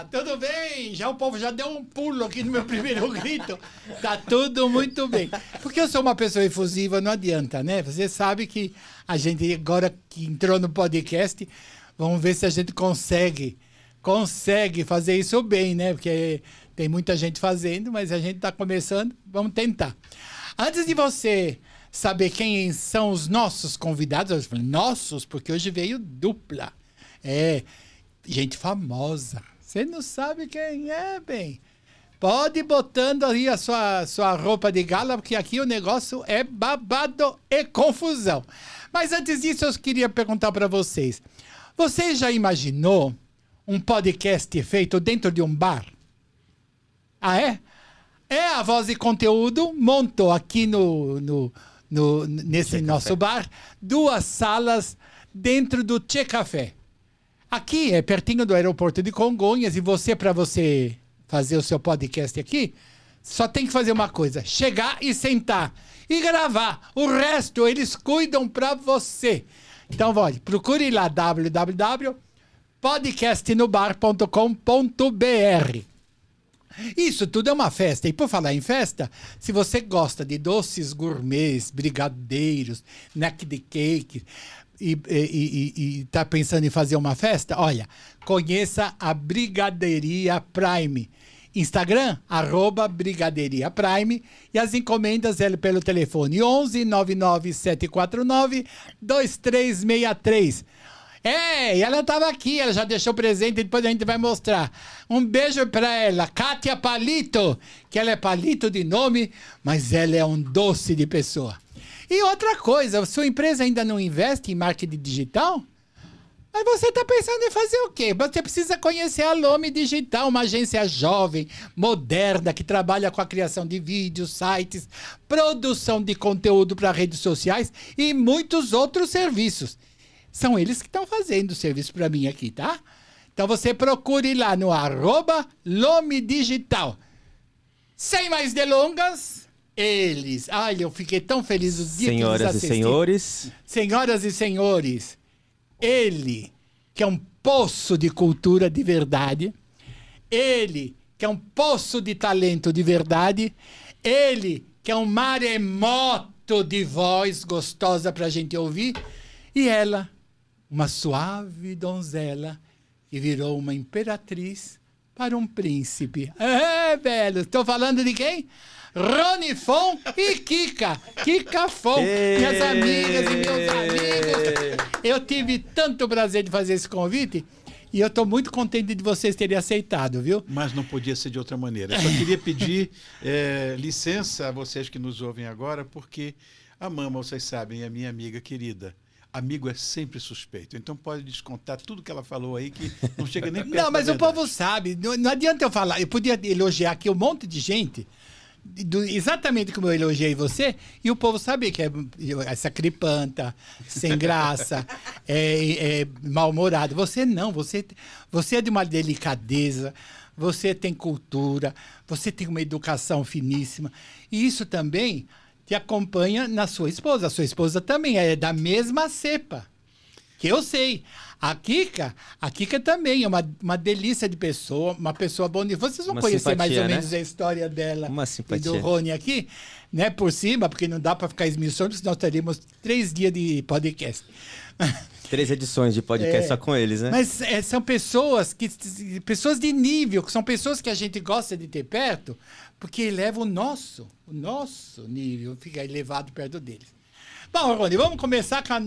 tudo bem? Já o povo já deu um pulo aqui no meu primeiro grito. Tá tudo muito bem. Porque eu sou uma pessoa efusiva, não adianta, né? Você sabe que a gente agora que entrou no podcast, vamos ver se a gente consegue fazer isso bem, né? Porque tem muita gente fazendo, mas a gente tá começando, vamos tentar. Antes de você saber quem são os nossos convidados, eu falei, nossos, porque hoje veio dupla. Gente famosa. Você não sabe quem é, bem. Pode ir botando aí a sua roupa de gala, porque aqui o negócio é babado e confusão. Mas antes disso, eu queria perguntar para vocês. Você já imaginou um podcast feito dentro de um bar? Ah, é? A Voz e Conteúdo montou aqui nesse nosso bar 2 salas dentro do Tchê Café. Aqui é pertinho do aeroporto de Congonhas e para você fazer o seu podcast aqui, só tem que fazer uma coisa, chegar e sentar e gravar. O resto eles cuidam para você. Então, olha, procure lá www.podcastnobar.com.br. Isso tudo é uma festa. E por falar em festa, se você gosta de doces gourmets, brigadeiros, neck de cake e tá pensando em fazer uma festa, olha, conheça a Brigadeiria Prime. Instagram, @Brigadeiria Prime, e as encomendas pelo telefone 11 99 749 2363. E ela estava aqui, ela já deixou presente, depois a gente vai mostrar. Um beijo para ela, Kátia Palito, que ela é Palito de nome, mas ela é um doce de pessoa. E outra coisa, sua empresa ainda não investe em marketing digital? Mas você está pensando em fazer o quê? Você precisa conhecer a Lome Digital, uma agência jovem, moderna, que trabalha com a criação de vídeos, sites, produção de conteúdo para redes sociais e muitos outros serviços. São eles que estão fazendo o serviço para mim aqui, tá? Então você procure lá no @Lome Digital. Sem mais delongas, eles. Olha, eu fiquei tão feliz o dia que eles assistiram. Senhoras e senhores, ele, que é um poço de cultura de verdade, ele, que é um poço de talento de verdade, ele, que é um maremoto de voz gostosa pra gente ouvir, e ela, uma suave donzela que virou uma imperatriz para um príncipe. Velho, estou falando de quem? Rony Fon e Kika Fon, minhas amigas e meus amigos. Eu tive tanto prazer de fazer esse convite e eu estou muito contente de vocês terem aceitado, viu? Mas não podia ser de outra maneira. Eu só queria pedir licença a vocês que nos ouvem agora, porque a Mama, vocês sabem, é a minha amiga querida. Amigo é sempre suspeito. Então pode descontar tudo que ela falou aí, que não chega nem perto Não, mas da o verdade. povo sabe. Não adianta eu falar. Eu podia elogiar aqui um monte de gente, exatamente como eu elogiei você, e o povo sabe que é essa cripanta, sem graça, mal-humorado. Você não. Você é de uma delicadeza, você tem cultura, você tem uma educação finíssima. E isso também te acompanha na sua esposa. A sua esposa também é da mesma cepa, que eu sei. A Kika também é uma delícia de pessoa, uma pessoa bonita. Vocês vão conhecer mais ou menos a história dela e do Rony aqui, né, por cima, porque não dá para ficar esmiuçando, senão teríamos 3 dias de podcast. 3 edições de podcast só com eles, né? Mas são pessoas de nível, que são pessoas que a gente gosta de ter perto, porque eleva o nosso nível, fica elevado perto deles. Bom, Rony, vamos começar com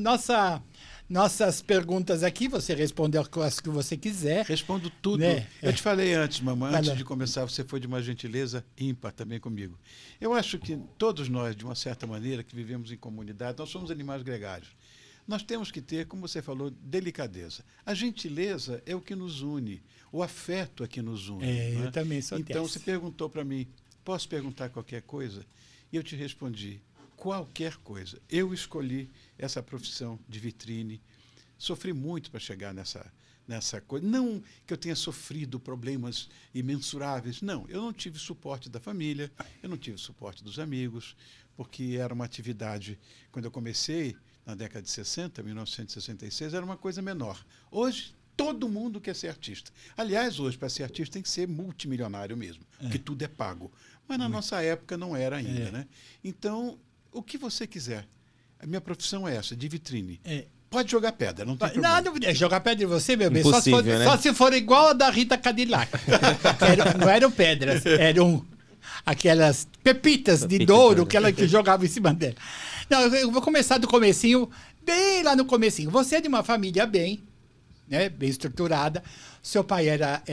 nossas perguntas aqui. Você responde as que você quiser. Respondo tudo. Né? Eu te falei antes, mamãe, antes de começar, você foi de uma gentileza ímpar também comigo. Eu acho que todos nós, de uma certa maneira, que vivemos em comunidade, nós somos animais gregários. Nós temos que ter, como você falou, delicadeza. A gentileza é o que nos une. O afeto é que nos une. Né? Eu também sou Então, você perguntou para mim, posso perguntar qualquer coisa? E eu te respondi, qualquer coisa. Eu escolhi essa profissão de vitrine. Sofri muito para chegar nessa coisa. Não que eu tenha sofrido problemas imensuráveis. Não, eu não tive suporte da família, eu não tive suporte dos amigos, porque era uma atividade, quando eu comecei, na década de 60, 1966, era uma coisa menor. Hoje Todo mundo quer ser artista. Aliás, hoje, para ser artista, tem que ser multimilionário mesmo, porque tudo é pago. Mas na nossa época não era ainda, né? Então, o que você quiser. A minha profissão é essa, de vitrine. Pode jogar pedra, não tem problema. Não, jogar pedra em você, meu bem, Impossível, né? só se for igual a da Rita Cadillac. Não eram pedras, eram aquelas pepitas de Douro que jogava em cima dela. Não, eu vou começar do comecinho, bem lá no comecinho. Você é de uma família bem estruturada. Seu pai era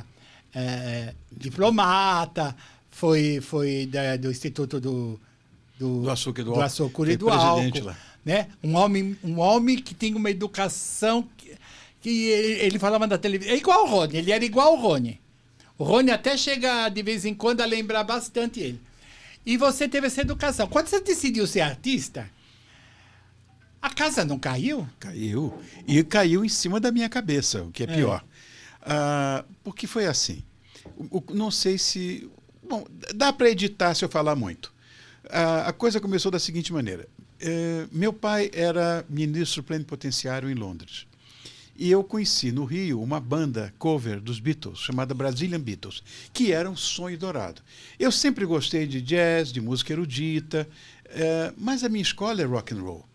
diplomata, foi do Instituto do Açúcar e do Álcool. Lá. Né? Um homem que tem uma educação que ele falava na televisão. É igual o Rony, ele era igual o Rony. O Rony até chega de vez em quando a lembrar bastante ele. E você teve essa educação. Quando você decidiu ser artista, a casa não caiu? Caiu. E caiu em cima da minha cabeça, o que é pior. Porque foi assim. Não sei se... Bom, dá para editar se eu falar muito. A coisa começou da seguinte maneira. Meu pai era ministro plenipotenciário em Londres. E eu conheci no Rio uma banda cover dos Beatles, chamada Brazilian Beatles, que era um sonho dourado. Eu sempre gostei de jazz, de música erudita, mas a minha escola é rock and roll.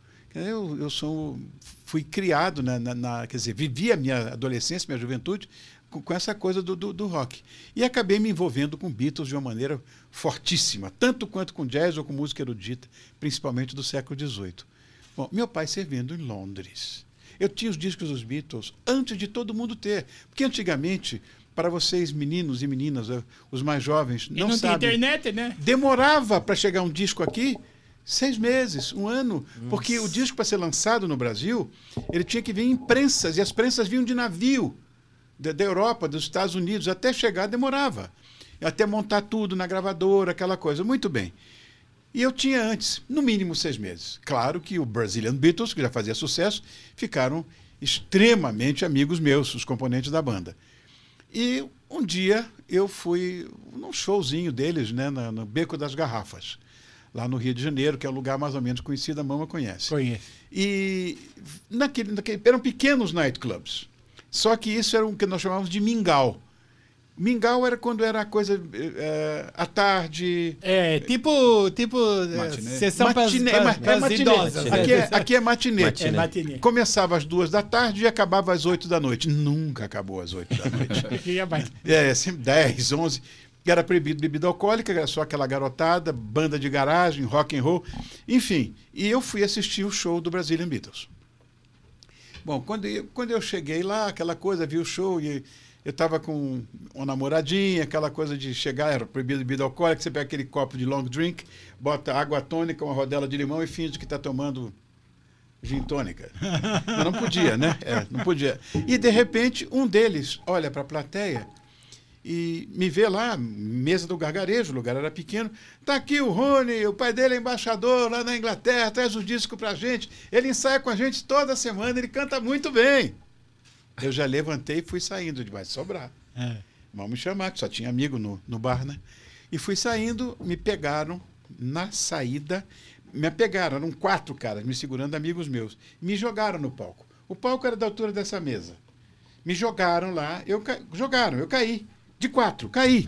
Fui criado, quer dizer, vivi a minha adolescência, minha juventude, com essa coisa do rock. E acabei me envolvendo com Beatles de uma maneira fortíssima, tanto quanto com jazz ou com música erudita, principalmente do século XVIII. Bom, meu pai servindo em Londres. Eu tinha os discos dos Beatles antes de todo mundo ter. Porque antigamente, para vocês meninos e meninas, os mais jovens, não sabem. Tinha internet, né? Demorava para chegar um disco aqui 6 meses, 1 ano. Porque o disco, para ser lançado no Brasil, ele tinha que vir em prensas, e as prensas vinham de navio da Europa, dos Estados Unidos. Até chegar demorava. Até montar tudo na gravadora, aquela coisa. Muito bem. E eu tinha antes, no mínimo 6 meses. Claro que o Brazilian Beatles, que já fazia sucesso, ficaram extremamente amigos meus, os componentes da banda. E um dia eu fui num showzinho deles, né, no Beco das Garrafas, lá no Rio de Janeiro, que é um lugar mais ou menos conhecido, a Mama conhece. Conheço. E eram pequenos nightclubs. Só que isso era o que nós chamávamos de mingau. Mingau era quando era a coisa à tarde. Tipo sessão para as idosas. Aqui é matinê. É matinê. Começava às 2 da tarde e acabava às 8 da noite. Nunca acabou às 8 da noite. Sempre 10, 11. Era proibido bebida alcoólica, era só aquela garotada, banda de garagem, rock and roll. Enfim, e eu fui assistir o show do Brazilian Beatles. Bom, quando eu cheguei lá, aquela coisa, vi o show e... Eu estava com uma namoradinha, aquela coisa de chegar, era proibido bebida alcoólica, você pega aquele copo de long drink, bota água tônica, uma rodela de limão e finge que está tomando gin tônica. Mas não podia, né? Não podia. E, de repente, um deles olha para a plateia e me vê lá, mesa do gargarejo, o lugar era pequeno. Está aqui o Rony, o pai dele é embaixador lá na Inglaterra, traz o disco para a gente. Ele ensaia com a gente toda semana, ele canta muito bem. Eu já levantei e fui saindo debaixo de Sobrar. Vão me chamar, que só tinha amigo no bar, né? E fui saindo, me pegaram na saída. Me pegaram, eram 4 caras me segurando, amigos meus. Me jogaram no palco. O palco era da altura dessa mesa. Me jogaram lá, eu caí. De 4, caí.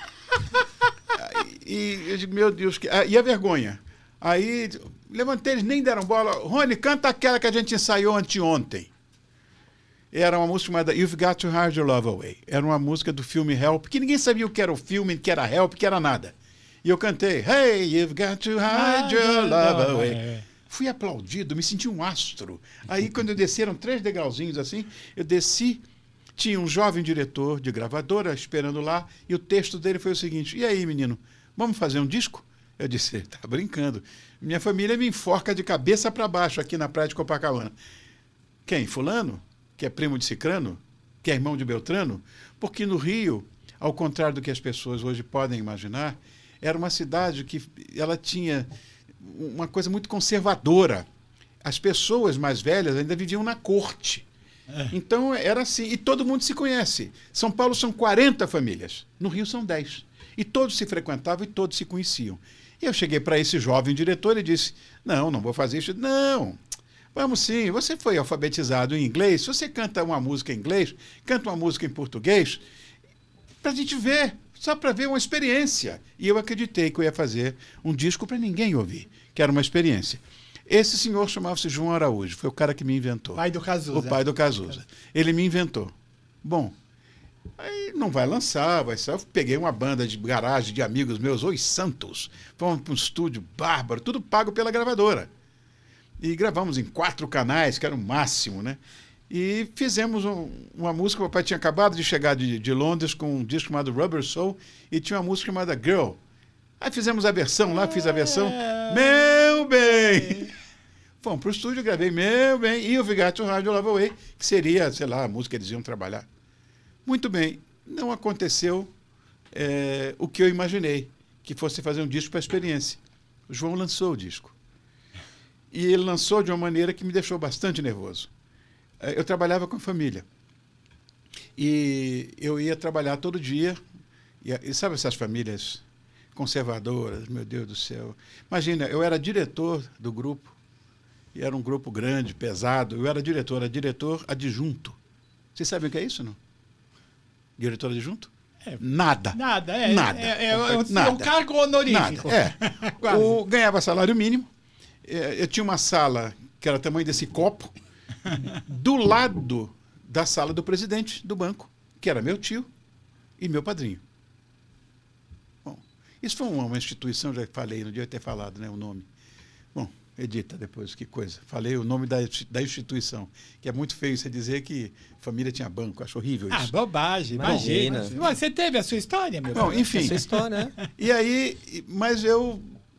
E eu digo, meu Deus, e a vergonha? Aí levantei, eles nem deram bola. Rony, canta aquela que a gente ensaiou anteontem. Era uma música chamada You've Got to Hide Your Love Away. Era uma música do filme Help, que ninguém sabia o que era o filme, que era Help, que era nada. E eu cantei, Hey, you've got to hide your love away. Fui aplaudido, me senti um astro. Aí, quando eu desci, eram 3 degrauzinhos assim, eu desci, tinha um jovem diretor de gravadora esperando lá, e o texto dele foi o seguinte, e aí, menino, vamos fazer um disco? Eu disse, ele tá brincando. Minha família me enforca de cabeça para baixo aqui na praia de Copacabana. Quem? Fulano? Que é primo de Cicrano, que é irmão de Beltrano, porque no Rio, ao contrário do que as pessoas hoje podem imaginar, era uma cidade que ela tinha uma coisa muito conservadora. As pessoas mais velhas ainda viviam na corte. Então era assim, e todo mundo se conhece. São Paulo são 40 famílias, no Rio são 10. E todos se frequentavam e todos se conheciam. E eu cheguei para esse jovem diretor e disse, não vou fazer isso. Não, Vamos sim, você foi alfabetizado em inglês, se você canta uma música em inglês, canta uma música em português, para a gente ver, só para ver uma experiência. E eu acreditei que eu ia fazer um disco para ninguém ouvir, que era uma experiência. Esse senhor chamava-se João Araújo, foi o cara que me inventou. Pai do Cazuza. O pai do Cazuza. Ele me inventou. Bom, aí não vai lançar, vai ser. Eu peguei uma banda de garagem de amigos meus, Os Santos, fomos para um estúdio bárbaro, tudo pago pela gravadora. E gravamos em 4 canais, que era o máximo, né? E fizemos uma música, o papai tinha acabado de chegar de Londres com um disco chamado Rubber Soul e tinha uma música chamada Girl. Aí fizemos a versão lá, fiz a versão, meu bem! Fomos para o estúdio, gravei meu bem, e o Forgot to Radio Love Away, que seria, sei lá, a música que eles iam trabalhar. Muito bem, não aconteceu o que eu imaginei, que fosse fazer um disco para a experiência. O João lançou o disco. E ele lançou de uma maneira que me deixou bastante nervoso. Eu trabalhava com a família. E eu ia trabalhar todo dia. E sabe essas famílias conservadoras? Meu Deus do céu. Imagina, eu era diretor do grupo. E era um grupo grande, pesado. Eu era diretor adjunto. Vocês sabem o que é isso, não? Diretor adjunto? Nada. Nada. Nada. Um cargo honorífico. Nada, ganhava salário mínimo. Eu tinha uma sala que era o tamanho desse copo, do lado da sala do presidente do banco, que era meu tio e meu padrinho. Bom, isso foi uma instituição, já falei, não devia ter falado, né, o nome. Bom, edita depois, que coisa. Falei o nome da instituição, que é muito feio você dizer que família tinha banco, acho horrível isso. Bobagem, imagina. Você teve a sua história, meu Bom, enfim. A sua história, né? E aí, mas eu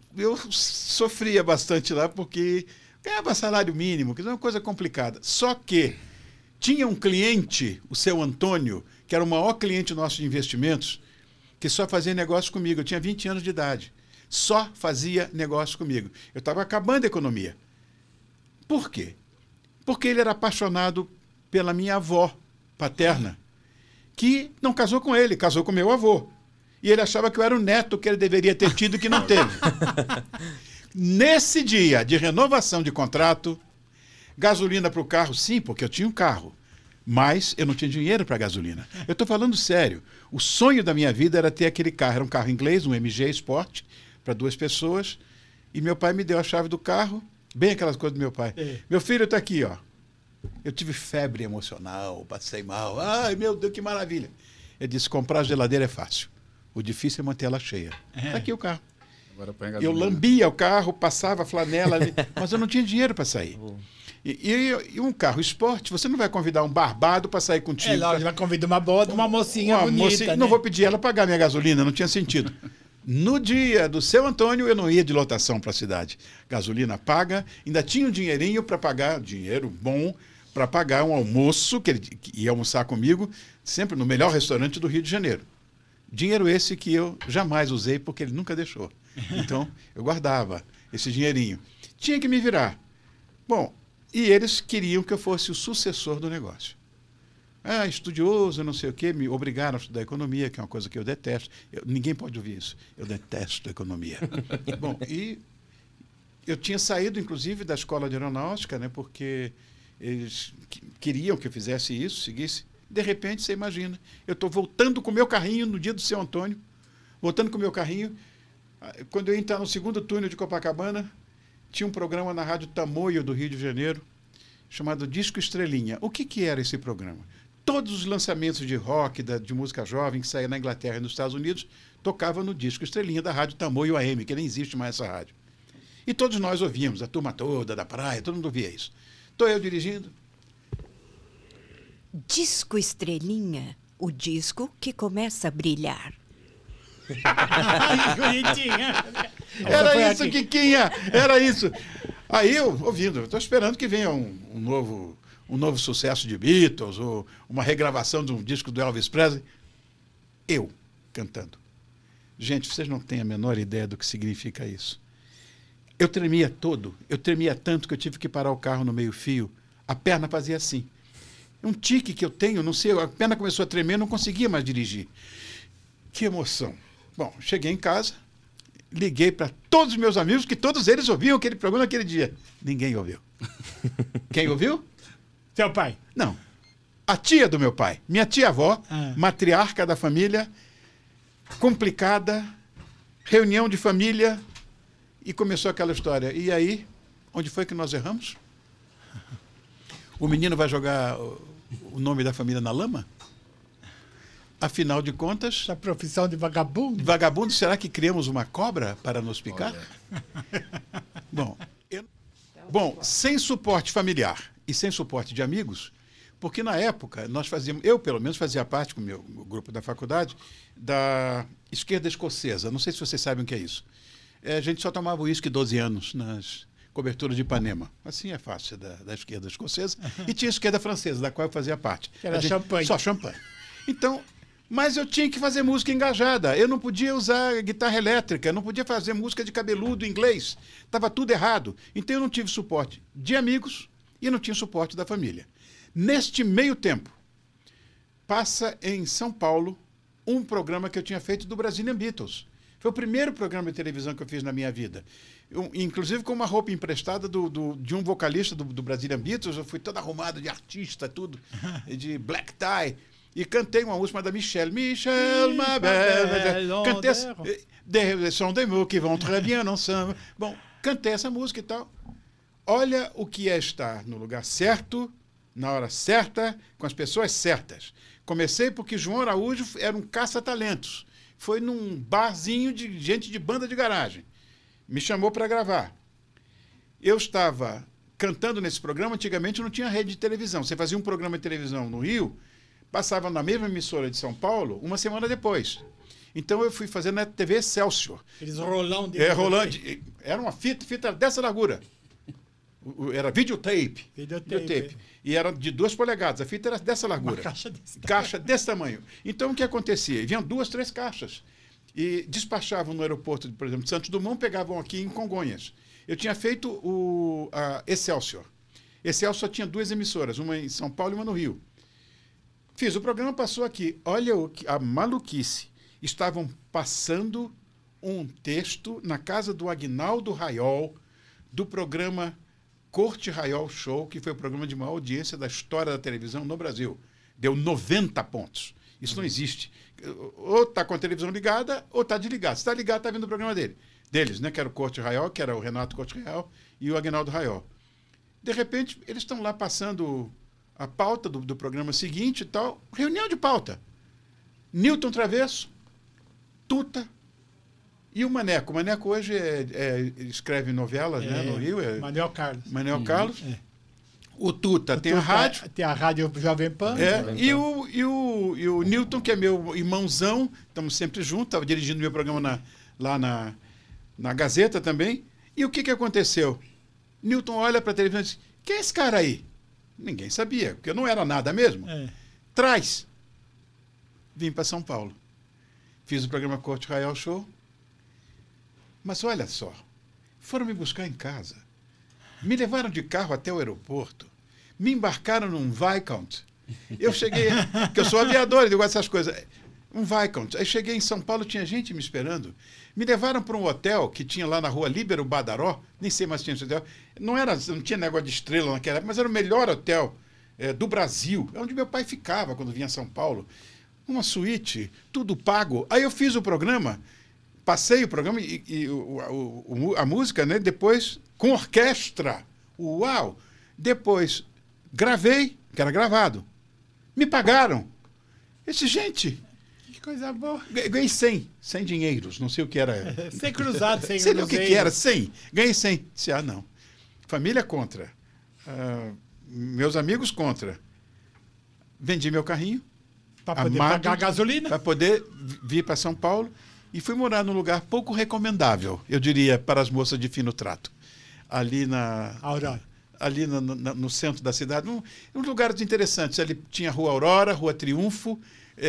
sofria bastante lá porque ganhava salário mínimo, que é uma coisa complicada. Só que tinha um cliente, o seu Antônio, que era o maior cliente nosso de investimentos, que só fazia negócio comigo. Eu tinha 20 anos de idade. Só fazia negócio comigo. Eu estava acabando a economia. Por quê? Porque ele era apaixonado pela minha avó paterna, que não casou com ele, casou com meu avô. E ele achava que eu era o neto que ele deveria ter tido que não teve. Nesse dia de renovação de contrato, gasolina para o carro, sim, porque eu tinha um carro. Mas eu não tinha dinheiro para gasolina. Eu estou falando sério. O sonho da minha vida era ter aquele carro. Era um carro inglês, um MG Sport, para 2 pessoas. E meu pai me deu a chave do carro, bem aquelas coisas do meu pai. Meu filho está aqui, ó. Eu tive febre emocional, passei mal. Ai, meu Deus, que maravilha. Ele disse, comprar geladeira é fácil. O difícil é manter ela cheia. Está aqui o carro. Eu lambia o carro, passava a flanela, mas eu não tinha dinheiro para sair. E um carro esporte, você não vai convidar um barbado para sair contigo. Lógico, vai convidar uma mocinha bonita. Né? Não vou pedir ela pagar minha gasolina, não tinha sentido. No dia do seu Antônio, eu não ia de lotação para a cidade. Gasolina paga, ainda tinha um dinheirinho para pagar, dinheiro bom, para pagar um almoço, que ele ia almoçar comigo, sempre no melhor restaurante do Rio de Janeiro. Dinheiro esse que eu jamais usei, porque ele nunca deixou. Então, eu guardava esse dinheirinho. Tinha que me virar. Bom, e eles queriam que eu fosse o sucessor do negócio. Estudioso, não sei o quê, me obrigaram a estudar economia, que é uma coisa que eu detesto. Ninguém pode ouvir isso. Eu detesto economia. Bom, e eu tinha saído, inclusive, da escola de aeronáutica, né, porque eles queriam que eu fizesse isso, seguisse. De repente, você imagina, eu estou voltando com o meu carrinho no dia do seu Antônio, voltando com o meu carrinho. Quando eu ia entrar no 2º túnel de Copacabana, tinha um programa na Rádio Tamoio do Rio de Janeiro, chamado Disco Estrelinha. O que era esse programa? Todos os lançamentos de rock, de música jovem, que saía na Inglaterra e nos Estados Unidos, tocavam no Disco Estrelinha da Rádio Tamoio AM, que nem existe mais essa rádio. E todos nós ouvíamos, a turma toda da praia, todo mundo ouvia isso. Estou eu dirigindo. Disco Estrelinha, o disco que começa a brilhar. Era isso, Quiquinha, era isso. Aí eu, ouvindo, estou esperando que venha um novo sucesso de Beatles, ou uma regravação de um disco do Elvis Presley. Eu cantando. Gente, vocês não têm a menor ideia do que significa isso. Eu tremia todo, eu tremia tanto que eu tive que parar o carro no meio-fio. A perna fazia assim. Um tique que eu tenho, não sei, a perna começou a tremer, não conseguia mais dirigir. Que emoção. Bom, cheguei em casa, liguei para todos os meus amigos, que todos eles ouviam aquele programa naquele dia. Ninguém ouviu. Quem ouviu? Seu pai? Não. A tia do meu pai. Minha tia-avó, matriarca da família, complicada, reunião de família, e começou aquela história. E aí, onde foi que nós erramos? O menino vai jogar o nome da família na lama? Afinal de contas... A profissão de vagabundo? De vagabundo, será que criamos uma cobra para nos picar? Bom, sem suporte familiar e sem suporte de amigos, porque na época nós fazíamos, eu pelo menos fazia parte com o meu grupo da faculdade, da esquerda escocesa. Não sei se vocês sabem o que é isso. A gente só tomava uísque 12 anos nas coberturas de Ipanema. Assim é fácil, da esquerda escocesa. E tinha a esquerda francesa, da qual eu fazia parte. Que era champanhe. Só champanhe. Então... Mas eu tinha que fazer música engajada. Eu não podia usar guitarra elétrica, eu não podia fazer música de cabeludo inglês. Estava tudo errado. Então eu não tive suporte de amigos e não tinha suporte da família. Neste meio tempo, passa em São Paulo um programa que eu tinha feito do Brazilian Beatles. Foi o primeiro programa de televisão que eu fiz na minha vida. Inclusive com uma roupa emprestada de um vocalista do Brazilian Beatles. Eu fui todo arrumado de artista, tudo, de black tie. E cantei uma música da Michelle, ma belle. Cantei des sons des mots qui vont très bien ensemble. Bom, cantei essa música e tal. Olha o que é estar no lugar certo, na hora certa, com as pessoas certas. Comecei porque João Araújo era um caça-talentos. Foi num barzinho de gente de banda de garagem. Me chamou para gravar. Eu estava cantando nesse programa, antigamente não tinha rede de televisão. Você fazia um programa de televisão no Rio... Passava na mesma emissora de São Paulo uma semana depois. Então eu fui fazer na TV Excelsior. Aqueles rolão de... Era uma fita dessa largura. Era videotape. Videotape. E era de 2 polegadas. A fita era dessa largura. Uma caixa desse tamanho. Então o que acontecia? Vinham 2, 3 caixas. E despachavam no aeroporto, por exemplo, de Santos Dumont, pegavam aqui em Congonhas. Eu tinha feito a Excelsior. Excelsior tinha 2 emissoras, uma em São Paulo e uma no Rio. Fiz o programa, passou aqui. Olha a maluquice. Estavam passando um texto na casa do Aguinaldo Raiol, do programa Corte Raiol Show, que foi o programa de maior audiência da história da televisão no Brasil. Deu 90 pontos. Isso não existe. Ou está com a televisão ligada, ou está desligado. Se está ligado, está vendo o programa deles, né? Que era o Corte Raiol, que era o Renato Corte Raiol e o Aguinaldo Raiol. De repente, eles estão lá passando... a pauta do programa seguinte e tal, reunião de pauta. Newton Travesso, Tuta e o Maneco. O Maneco hoje escreve novelas, né, no Rio. Manuel Carlos. Manuel Carlos. O Tuta tem a rádio. Tem a rádio Jovem Pan. E o Newton, que é meu irmãozão, estamos sempre juntos, estava dirigindo meu programa lá na Gazeta também. E o que aconteceu? Newton olha para a televisão e diz, quem é esse cara aí? Ninguém sabia, porque eu não era nada mesmo. Traz. Vim para São Paulo. Fiz o programa Corte Raiol Show. Mas olha só, foram me buscar em casa. Me levaram de carro até o aeroporto. Me embarcaram num Viscount. Eu cheguei, porque eu sou aviador, eu gosto dessas coisas. Um Viscount. Aí cheguei em São Paulo, tinha gente me esperando. Me levaram para um hotel que tinha lá na rua Líbero Badaró, nem sei mais se tinha esse hotel. Não tinha negócio de estrela naquela época, mas era o melhor hotel do Brasil. É onde meu pai ficava quando vinha a São Paulo. Uma suíte, tudo pago. Aí eu fiz o programa, passei o programa e a música, né? Depois com orquestra. Uau! Depois gravei, que era gravado. Me pagaram. Gente... Coisa boa. Ganhei 100 dinheiros, não sei o que era. 100 cruzados, 100 sei o que era, 100. Ganhei 100. Disse, não. Família contra. Meus amigos contra. Vendi meu carrinho. Para poder pagar gasolina. Para poder vir para São Paulo. E fui morar num lugar pouco recomendável, eu diria, para as moças de fino trato. Ali na... Aurora. Ali no centro da cidade. Um lugares interessantes. Ali tinha Rua Aurora, Rua Triunfo...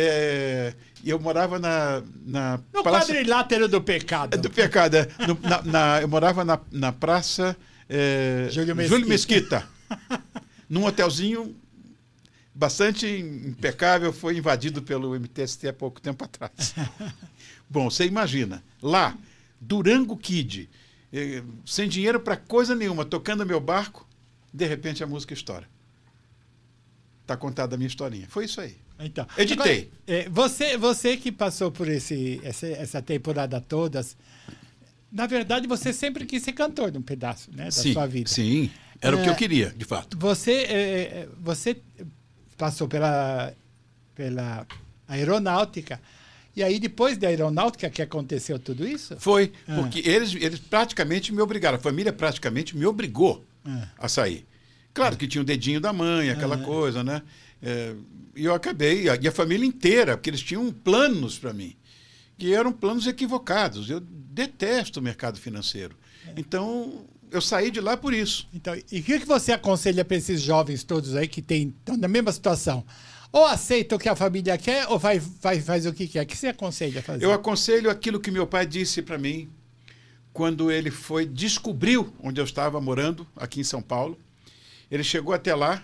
E eu morava no quadrilátero do pecado. Do pecado. Eu morava na praça Júlio Mesquita. Num hotelzinho bastante impecável, foi invadido pelo MTST há pouco tempo atrás. Bom, você imagina, lá, Durango Kid, sem dinheiro para coisa nenhuma, tocando meu barco, de repente a música estoura. Está contada a minha historinha. Foi isso aí. Então, Editei. Agora, você que passou por essa temporada toda, na verdade, você sempre quis ser cantor num pedaço, né, da sua vida. Sim, era o que eu queria, de fato. Você passou pela aeronáutica, e aí depois da aeronáutica que aconteceu tudo isso? Foi, porque eles praticamente me obrigaram, a família praticamente me obrigou a sair. Claro que tinha o dedinho da mãe, aquela coisa, né? E eu acabei, e a família inteira, porque eles tinham planos para mim, que eram planos equivocados. Eu detesto o mercado financeiro. Então, eu saí de lá por isso. Então, e o que você aconselha para esses jovens todos aí que estão na mesma situação? Ou aceita o que a família quer, ou faz o que quer? O que você aconselha a fazer? Eu aconselho aquilo que meu pai disse para mim quando ele descobriu onde eu estava morando, aqui em São Paulo. Ele chegou até lá,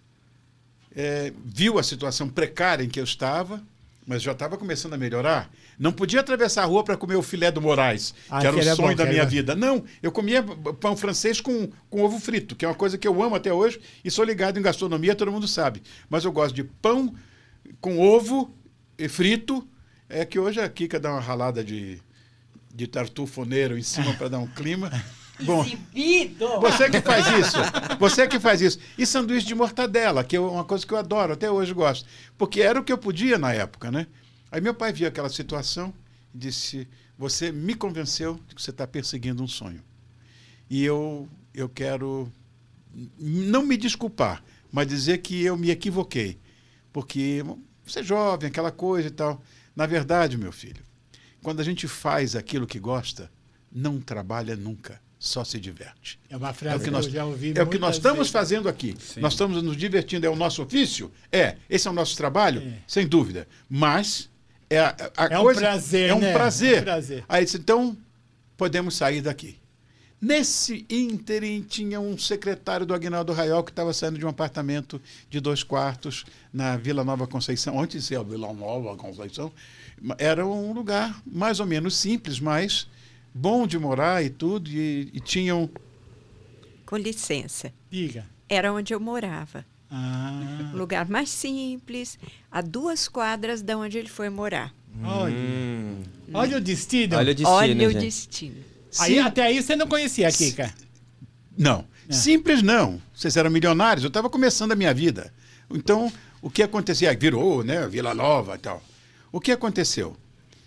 viu a situação precária em que eu estava, mas já estava começando a melhorar. Não podia atravessar a rua para comer o filé do Moraes, que era o sonho da minha vida. Não, eu comia pão francês com ovo frito, que é uma coisa que eu amo até hoje e sou ligado em gastronomia, todo mundo sabe. Mas eu gosto de pão com ovo frito, que hoje a Kika dá uma ralada de tartufoneiro em cima para dar um clima. Bom, você que faz isso. E sanduíche de mortadela, que é uma coisa que eu adoro, até hoje gosto. Porque era o que eu podia na época, né? Aí meu pai viu aquela situação e disse, você me convenceu de que você está perseguindo um sonho. E eu quero não me desculpar, mas dizer que eu me equivoquei. Porque você é jovem, aquela coisa e tal. Na verdade, meu filho, quando a gente faz aquilo que gosta, não trabalha nunca. Só se diverte. É uma frase que eu já ouvi É o que nós estamos fazendo aqui. Sim. Nós estamos nos divertindo. É o nosso ofício? Esse é o nosso trabalho? Sem dúvida. Mas um prazer, é um né? prazer. É um prazer. Aí disse, então, podemos sair daqui. Nesse ínterim, tinha um secretário do Aguinaldo Raiol que estava saindo de um apartamento de 2 quartos na Vila Nova Conceição. Antes de ser a Vila Nova Conceição, era um lugar mais ou menos simples, mas bom de morar e tudo, e tinham... Com licença. Diga. Era onde eu morava. Um lugar mais simples, a 2 quadras de onde ele foi morar. Olha o destino. Olha o destino, Olha o gente. destino. Aí, até aí você não conhecia a Kika? Não. Simples não. Vocês eram milionários, eu estava começando a minha vida. Então, o que acontecia? Virou, né? Vila Nova e tal. O que aconteceu?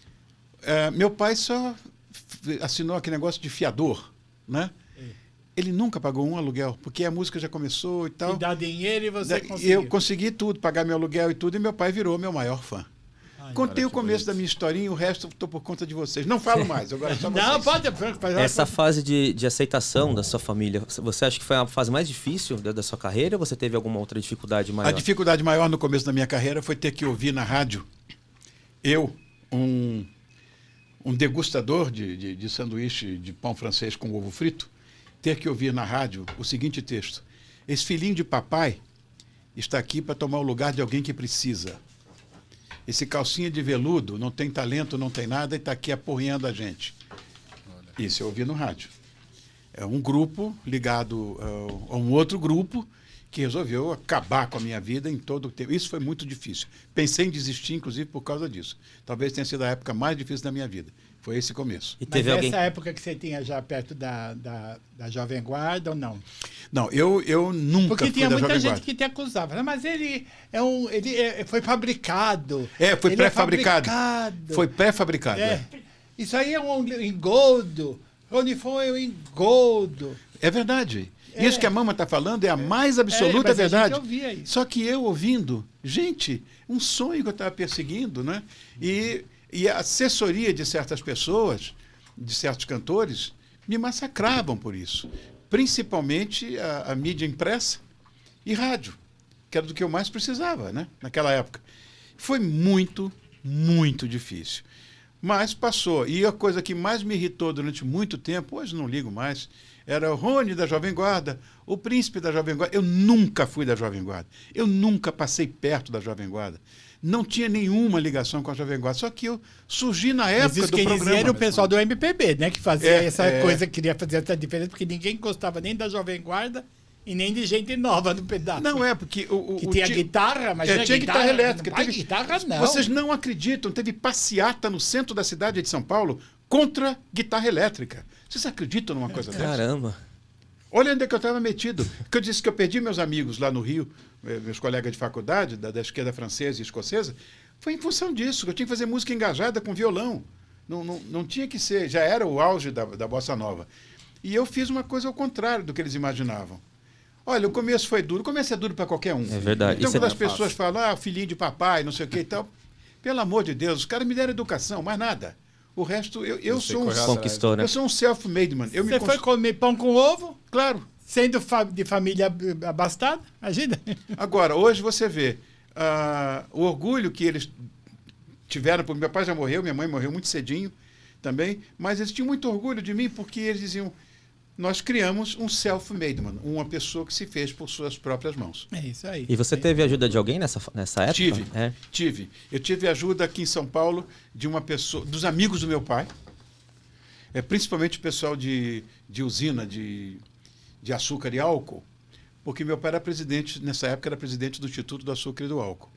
Meu pai só assinou aquele negócio de fiador, né? Ele nunca pagou um aluguel, porque a música já começou e tal. E dá dinheiro e você conseguiu. Eu consegui tudo, pagar meu aluguel e tudo, e meu pai virou meu maior fã. Contei o começo da minha historinha, o resto estou por conta de vocês. Não falo mais, agora só vocês. Não, pode. Essa fase de aceitação da sua família, você acha que foi a fase mais difícil da sua carreira ou você teve alguma outra dificuldade maior? A dificuldade maior no começo da minha carreira foi ter que ouvir na rádio, um degustador de sanduíche de pão francês com ovo frito, ter que ouvir na rádio o seguinte texto: esse filhinho de papai está aqui para tomar o lugar de alguém que precisa. Esse calcinha de veludo não tem talento, não tem nada e está aqui aporreando a gente. Isso eu ouvi no rádio. É um grupo ligado a um outro grupo que resolveu acabar com a minha vida em todo o tempo. Isso foi muito difícil. Pensei em desistir, inclusive, por causa disso. Talvez tenha sido a época mais difícil da minha vida. Foi esse começo. E teve Mas essa época que você tinha já perto da Jovem Guarda ou não? Não, eu nunca Porque fui tinha da muita Jovem gente Guarda. que te acusava. Mas ele foi fabricado. Foi Ele pré-fabricado. fabricado. Foi pré-fabricado. Isso aí é um engoldo. Onde foi o engoldo? É verdade. Isso que a mama está falando é a mais absoluta mas verdade. A gente ouvia isso. Só que eu ouvindo, gente, um sonho que eu estava perseguindo, né? E a assessoria de certas pessoas, de certos cantores, me massacravam por isso. Principalmente a mídia impressa e rádio, que era do que eu mais precisava, né? Naquela época. Foi muito, muito difícil. Mas passou. E a coisa que mais me irritou durante muito tempo, hoje não ligo mais, era o Rony da Jovem Guarda, o príncipe da Jovem Guarda. Eu nunca fui da Jovem Guarda. Eu nunca passei perto da Jovem Guarda. Não tinha nenhuma ligação com a Jovem Guarda. Só que eu surgi na época do programa. Era o pessoal do MPB, né? Que fazia essa coisa, queria fazer essa diferença, porque ninguém gostava nem da Jovem Guarda e E nem de gente nova no pedaço. Não é, porque que tinha guitarra, mas tinha guitarra elétrica. Teve guitarra, não. Vocês não acreditam, teve passeata no centro da cidade de São Paulo contra guitarra elétrica. Vocês acreditam numa coisa dessa? Caramba. Olha onde é que eu estava metido. Porque eu disse que eu perdi meus amigos lá no Rio, meus colegas de faculdade, da esquerda francesa e escocesa, foi em função disso, que eu tinha que fazer música engajada com violão. Não tinha que ser, já era o auge da bossa nova. E eu fiz uma coisa ao contrário do que eles imaginavam. Olha, o começo foi duro. O começo é duro para qualquer um. É verdade. Então, Isso quando é as pessoas falam, filhinho de papai, não sei o que e tal, pelo amor de Deus, os caras me deram educação, mais nada. O resto, eu sou um... Conquistou, né? Eu sou um self-made man. Você foi comer pão com ovo? Claro. Sendo de família abastada? Imagina. Agora, hoje você vê o orgulho que eles tiveram, porque meu pai já morreu, minha mãe morreu muito cedinho também, mas eles tinham muito orgulho de mim porque eles diziam, nós criamos um self-made man, uma pessoa que se fez por suas próprias mãos. É isso aí. E você teve ajuda de alguém nessa época? Tive. Eu tive ajuda aqui em São Paulo de uma pessoa, dos amigos do meu pai, principalmente o pessoal de usina de açúcar e álcool, porque meu pai era presidente, nessa época era presidente do Instituto do Açúcar e do Álcool.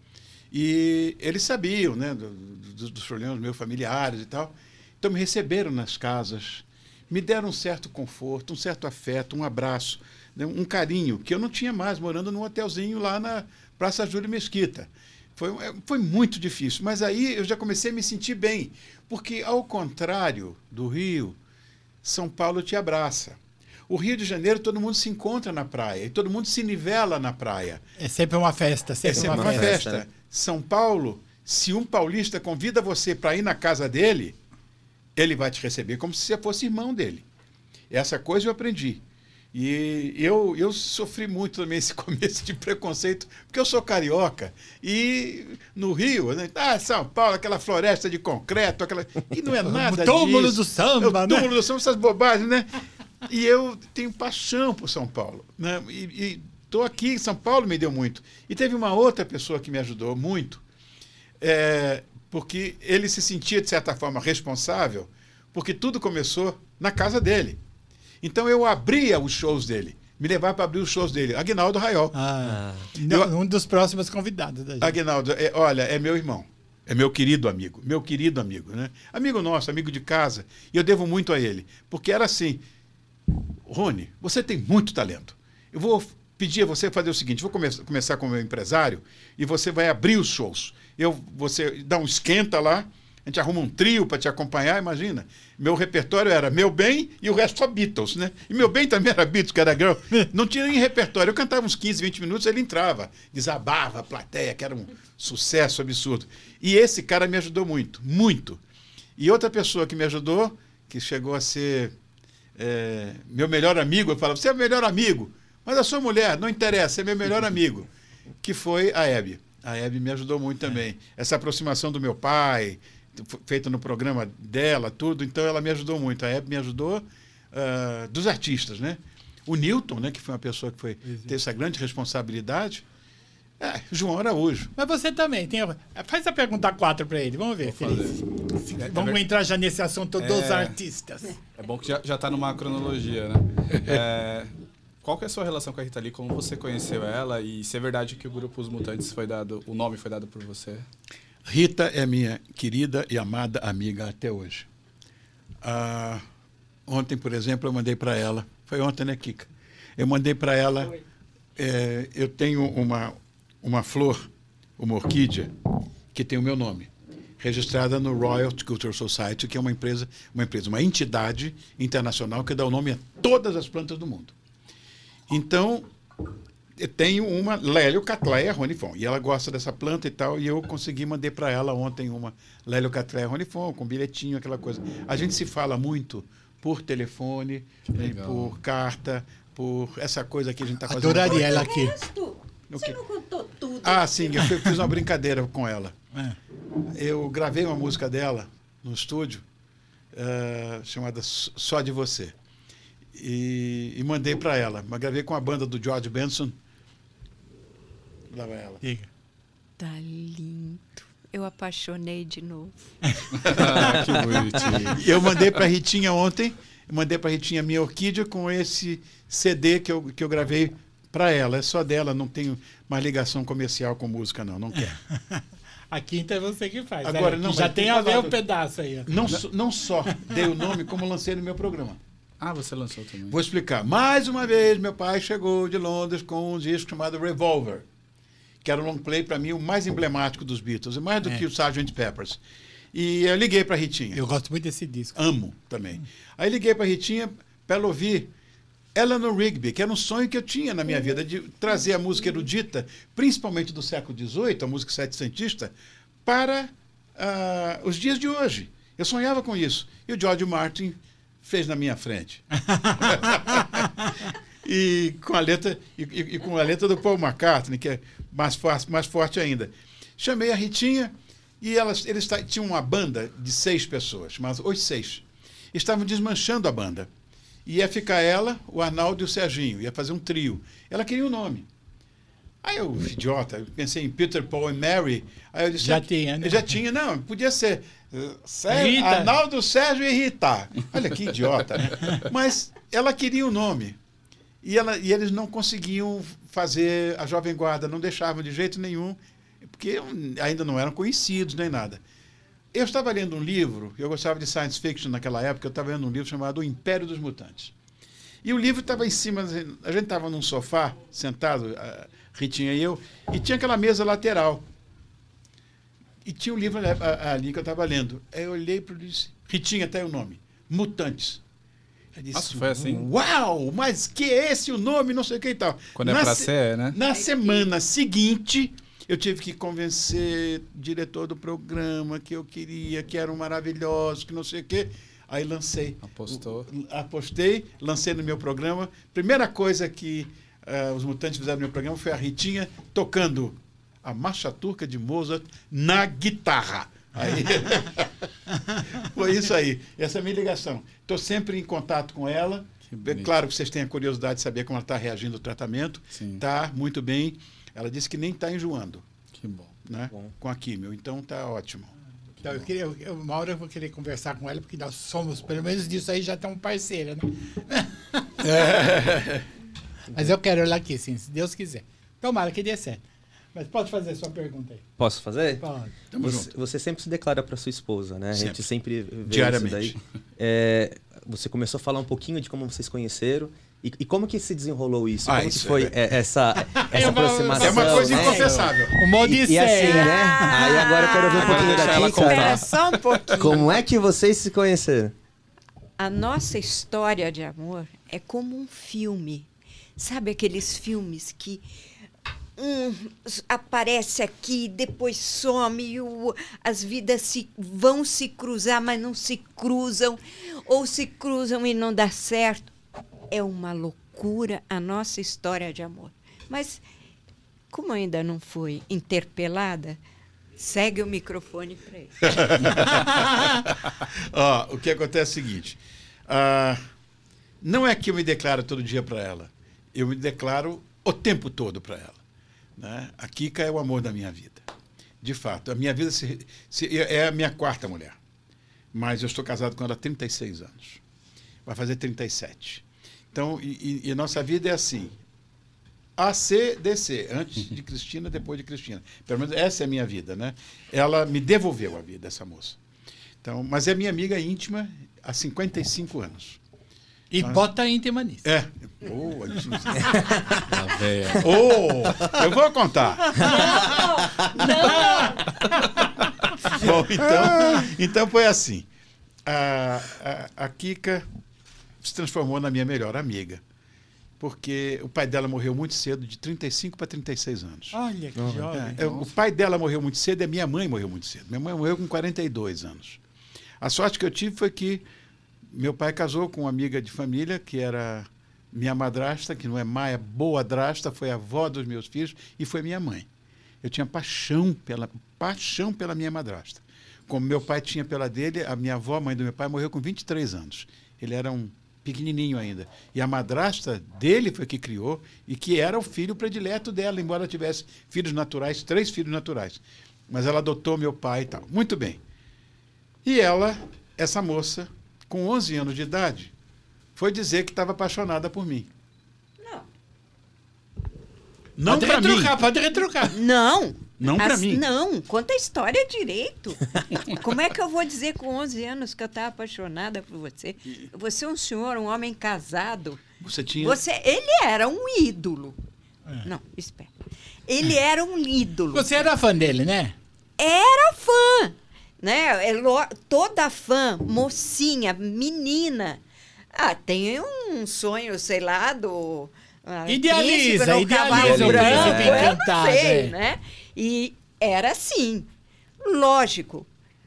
E eles sabiam, né, dos problemas meus familiares e tal. Então me receberam nas casas, me deram um certo conforto, um certo afeto, um abraço, né, um carinho, que eu não tinha mais, morando num hotelzinho lá na Praça Júlio Mesquita. Foi muito difícil, mas aí eu já comecei a me sentir bem, porque ao contrário do Rio, São Paulo te abraça. O Rio de Janeiro, todo mundo se encontra na praia, e todo mundo se nivela na praia. É sempre uma festa. É sempre uma festa. Né? São Paulo, se um paulista convida você para ir na casa dele, ele vai te receber como se você fosse irmão dele. Essa coisa eu aprendi. E eu sofri muito também esse começo de preconceito, porque eu sou carioca. E no Rio, né, São Paulo, aquela floresta de concreto, e não é nada disso. O túmulo do samba, né? O túmulo do samba, essas bobagens, né? E eu tenho paixão por São Paulo, né? E estou aqui em São Paulo, me deu muito. E teve uma outra pessoa que me ajudou muito, porque ele se sentia, de certa forma, responsável, porque tudo começou na casa dele. Então eu abria os shows dele, me levava para abrir os shows dele. Aguinaldo Raiol. Um dos próximos convidados da gente. Aguinaldo, olha, é meu irmão. É meu querido amigo, né? Amigo nosso, amigo de casa. E eu devo muito a ele, porque era assim... Rony, você tem muito talento. Eu vou pedir a você fazer o seguinte, vou começar com o meu empresário e você vai abrir os shows. Você dá um esquenta lá, a gente arruma um trio para te acompanhar, imagina. Meu repertório era Meu Bem e o resto só Beatles, né? E Meu Bem também era Beatles, que era girl. Não tinha nem repertório. Eu cantava uns 15, 20 minutos, ele entrava, desabava a plateia, que era um sucesso absurdo. E esse cara me ajudou muito, muito. E outra pessoa que me ajudou, que chegou a ser... meu melhor amigo, eu falava, você é meu melhor amigo, mas a sua mulher, não interessa, é meu melhor amigo, que foi a Hebe. A Hebe me ajudou muito também. Essa aproximação do meu pai, feita no programa dela, tudo, então ela me ajudou muito. A Hebe me ajudou dos artistas, né? O Newton, né, que foi uma pessoa que teve essa grande responsabilidade. João Araújo. Mas você também tem. Faz a pergunta 4 para ele. Vamos ver, Feliz. Vamos entrar já nesse assunto dos artistas. É bom que já está numa cronologia, né? Qual que é a sua relação com a Rita Lee? Como você conheceu ela? E se é verdade que o grupo Os Mutantes o nome foi dado por você? Rita é minha querida e amada amiga até hoje. Ontem, por exemplo, eu mandei para ela. Foi ontem, né, Kika? Eu mandei para ela. Eu tenho uma flor, uma orquídea, que tem o meu nome, registrada no Royal Cultural Society, que é uma entidade internacional que dá o nome a todas as plantas do mundo. Então, eu tenho uma Lélio-Cattleya Ronifon, e ela gosta dessa planta e tal, e eu consegui mandar para ela ontem uma Lélio-Cattleya Ronifon, com bilhetinho, aquela coisa. A gente se fala muito por telefone, por carta, por essa coisa que a gente está fazendo. Adoraria ela aqui. Você não contou tudo. Sim, eu fiz uma brincadeira com ela. Eu gravei uma música dela no estúdio, chamada Só de Você. E mandei para ela. Mas gravei com a banda do George Benson. Lá vai ela. Tá lindo. Eu apaixonei de novo. Que bonitinho. Eu mandei para a Ritinha ontem. Mandei para a Ritinha minha orquídea com esse CD que eu gravei Para ela, é só dela, não tenho mais ligação comercial com música, não quero. A quinta é você que faz. Agora, não, já mas tem tô a ver falando- o pedaço aí. Ó. Não só dei o nome, como lancei no meu programa. Ah, você lançou também. Vou explicar. Mais uma vez, meu pai chegou de Londres com um disco chamado Revolver, que era um long play, para mim, o mais emblemático dos Beatles, mais do que o Sgt. Pepper's. E eu liguei para a Ritinha. Eu gosto muito desse disco. Amo também. Aí liguei para a Ritinha para ela ouvir Eleanor Rigby, que era um sonho que eu tinha na minha vida, de trazer a música erudita, principalmente do século XVIII, a música setecentista, para os dias de hoje. Eu sonhava com isso. E o George Martin fez na minha frente. E com a letra do Paul McCartney, que é mais forte ainda. Chamei a Ritinha e eles tinham uma banda de 6 pessoas, chamada Os Seis. Estavam desmanchando a banda. Ia ficar ela, o Arnaldo e o Serginho. Ia fazer um trio. Ela queria um nome. Aí eu, idiota, eu pensei em Peter, Paul e Mary. Aí eu disse... Já tinha, né? Já tinha, não. Podia ser Rita. Arnaldo, Sérgio e Rita. Olha que idiota, né? Mas ela queria um nome. E eles não conseguiam fazer a Jovem Guarda, não deixavam de jeito nenhum, porque ainda não eram conhecidos nem nada. Eu estava lendo um livro, eu gostava de science fiction naquela época, eu estava lendo um livro chamado O Império dos Mutantes. E o livro estava em cima, a gente estava num sofá, sentado, a Ritinha e eu, e tinha aquela mesa lateral. E tinha um livro ali que eu estava lendo. Aí eu olhei para ele e disse, Ritinha, tá aí o nome, Mutantes. Eu disse, Nossa, foi assim? Uau, mas que é esse o nome, não sei o que e tal. Quando é pra ser, né? Na semana seguinte, eu tive que convencer o diretor do programa que eu queria, que eram maravilhosos, que não sei o quê. Aí lancei. Apostou. Apostei, lancei no meu programa. Primeira coisa que os Mutantes fizeram no meu programa foi a Ritinha tocando a Marcha Turca de Mozart na guitarra. Aí, foi isso aí. Essa é a minha ligação. Estou sempre em contato com ela. É claro que vocês têm a curiosidade de saber como ela está reagindo ao tratamento. Está muito bem. Ela disse que nem está enjoando. Que bom. Né? Com a químio. Então está ótimo. Então, uma hora eu vou querer conversar com ela, porque nós somos, pelo menos disso aí, já estamos parceiras, né? Mas eu quero ela aqui, sim, se Deus quiser. Tomara que dê certo. Mas pode fazer a sua pergunta aí. Posso fazer? Pode. Você sempre se declara para sua esposa, né? Sempre. A gente sempre vê Diariamente. isso daí. Você começou a falar um pouquinho de como vocês conheceram. E como que se desenrolou isso? Como que foi essa aproximação? É uma coisa né? inconfessável. Uma E odisseia. assim, né? Aí agora eu quero ver um pouquinho deixa da ela Kika. contar. Espera só um pouquinho. Como é que vocês se conheceram? A nossa história de amor é como um filme. Sabe aqueles filmes que aparece aqui, depois some, e as vidas vão se cruzar, mas não se cruzam, ou se cruzam e não dá certo. É uma loucura a nossa história de amor. Mas, como ainda não fui interpelada, segue o microfone para ele. O que acontece é o seguinte. Não é que eu me declaro todo dia para ela. Eu me declaro o tempo todo para ela. Né? A Kika é o amor da minha vida. De fato, a minha vida é a minha 4ª mulher. Mas eu estou casado com ela há 36 anos. Vai fazer 37. Então, e a nossa vida é assim. AC, DC. Antes de Cristina, depois de Cristina. Pelo menos essa é a minha vida, né? Ela me devolveu a vida, essa moça. Então, mas é minha amiga íntima há 55 anos. E bota íntima nisso. Boa, A véia. eu vou contar. Não! Bom, então foi assim. A Kika se transformou na minha melhor amiga. Porque o pai dela morreu muito cedo, de 35 para 36 anos. Olha que jovem. O pai dela morreu muito cedo e a minha mãe morreu muito cedo. Minha mãe morreu com 42 anos. A sorte que eu tive foi que meu pai casou com uma amiga de família, que era minha madrasta, que não é má, é boa-drasta, foi a avó dos meus filhos e foi minha mãe. Eu tinha paixão pela minha madrasta. Como meu pai tinha pela dele, a minha avó, mãe do meu pai, morreu com 23 anos. Ele era um pequenininho ainda. E a madrasta dele foi que criou e que era o filho predileto dela, embora ela tivesse filhos naturais, 3 filhos naturais. Mas ela adotou meu pai e tal. Muito bem. E ela, essa moça, com 11 anos de idade, foi dizer que estava apaixonada por mim. Não. Não para mim. Pode retrucar. Não. Não para mim. Não, conta a história direito. Como é que eu vou dizer com 11 anos que eu estava apaixonada por você? Você é um senhor, um homem casado. Você tinha... Ele era um ídolo. Não, espera. Ele era um ídolo. Você era fã dele, né? Era fã. Né? Toda fã, mocinha, menina. Tem um sonho, sei lá, do... Idealiza o príncipe príncipe encantado. Eu não sei, né? E era assim. Lógico.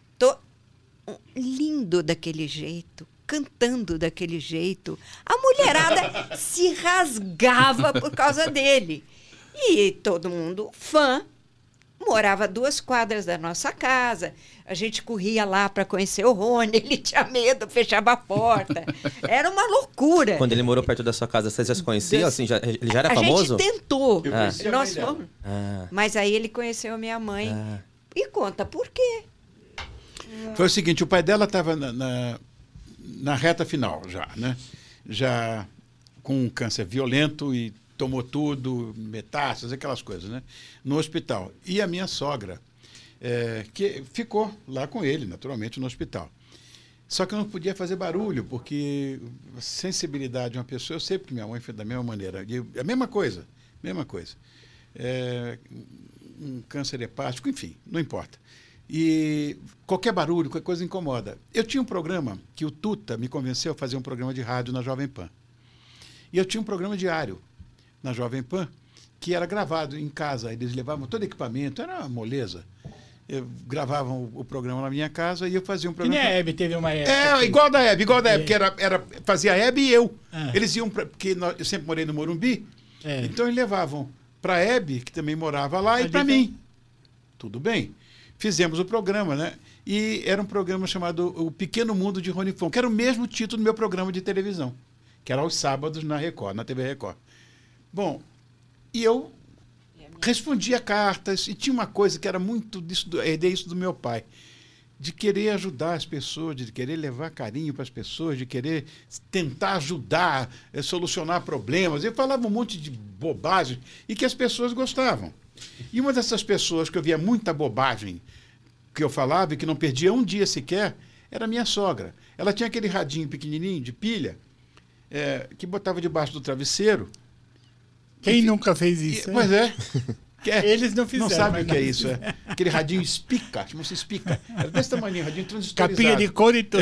Lindo daquele jeito, cantando daquele jeito. A mulherada se rasgava por causa dele. E todo mundo fã. Morava a 2 quadras da nossa casa. A gente corria lá para conhecer o Rony. Ele tinha medo, fechava a porta. Era uma loucura. Quando ele morou perto da sua casa, vocês já se conheciam? Assim, ele já era famoso? A gente tentou. Nós fomos. Mas aí ele conheceu a minha mãe. E conta por quê. Foi o seguinte, o pai dela estava na reta final já, né? Já com um câncer violento e tomou tudo, metástases, aquelas coisas, né? No hospital. E a minha sogra, que ficou lá com ele, naturalmente, no hospital. Só que eu não podia fazer barulho, porque a sensibilidade de uma pessoa, eu sei porque minha mãe fez da mesma maneira. E a mesma coisa. Um câncer hepático, enfim, não importa. E qualquer barulho, qualquer coisa incomoda. Eu tinha um programa que o Tuta me convenceu a fazer um programa de rádio na Jovem Pan. E eu tinha um programa diário na Jovem Pan, que era gravado em casa. Eles levavam todo equipamento, era uma moleza. Gravavam o programa na minha casa e eu fazia um programa... Que nem a Hebe teve uma época. Igual da Hebe, que fazia a Hebe e eu. Eles iam, porque eu sempre morei no Morumbi, então eles levavam para a Hebe, que também morava lá, e para mim. Tudo bem. Fizemos o programa, né? E era um programa chamado O Pequeno Mundo de Rony Fon, que era o mesmo título do meu programa de televisão, que era aos sábados na Record, na TV Record. Bom, e eu respondia cartas, e tinha uma coisa que era muito disso, herdei isso do meu pai, de querer ajudar as pessoas, de querer levar carinho para as pessoas, de querer tentar ajudar, solucionar problemas. Eu falava um monte de bobagem e que as pessoas gostavam. E uma dessas pessoas que eu via muita bobagem que eu falava e que não perdia um dia sequer, era a minha sogra. Ela tinha aquele radinho pequenininho, de pilha, que botava debaixo do travesseiro. Quem nunca fez isso? Pois é. Eles não fizeram. Não sabem o que é isso. Aquele radinho espica, chama-se espica. Era desse tamanho, radinho transistorizado. Capinha de couro e tudo.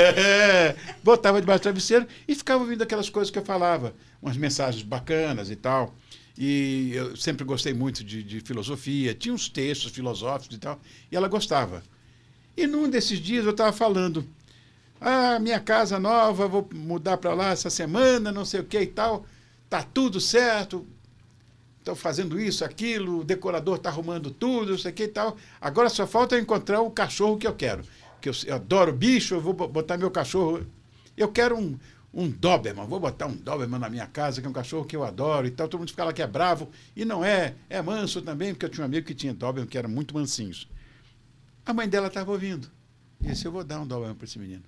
Botava debaixo do travesseiro e ficava ouvindo aquelas coisas que eu falava. Umas mensagens bacanas e tal. E eu sempre gostei muito de filosofia. Tinha uns textos filosóficos e tal. E ela gostava. E num desses dias eu estava falando... minha casa nova, vou mudar para lá essa semana, não sei o que e tal. Tá tudo certo. Estou fazendo isso, aquilo, o decorador está arrumando tudo, isso aqui e tal. Agora só falta eu encontrar o cachorro que eu quero. Que eu adoro bicho, eu vou botar meu cachorro. Eu quero um Doberman, vou botar um Doberman na minha casa, que é um cachorro que eu adoro e tal. Todo mundo fala que é bravo, e não é manso também, porque eu tinha um amigo que tinha Doberman, que eram muito mansinhos. A mãe dela estava ouvindo. Disse, eu vou dar um Doberman para esse menino.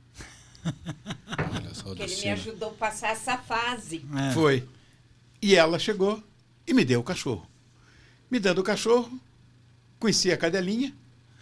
Olha só, porque ele me ajudou a passar essa fase. Foi. E ela chegou e me deu o cachorro. Me dando o cachorro, conheci a cadelinha.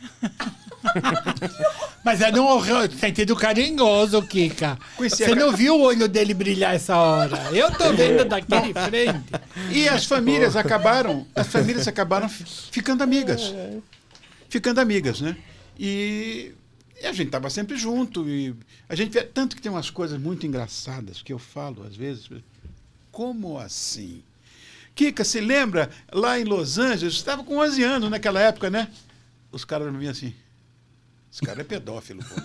Mas é num sentido carinhoso, Kika. Você não viu o olho dele brilhar essa hora? Eu tô vendo daqui de frente. E as famílias acabaram ficando amigas. Ficando amigas, né? E a gente estava sempre junto. E a gente vê, tanto que tem umas coisas muito engraçadas que eu falo, às vezes. Como assim? Kika, se lembra, lá em Los Angeles, estava com 11 anos naquela época, né? Os caras me vinham assim, esse cara é pedófilo, pô.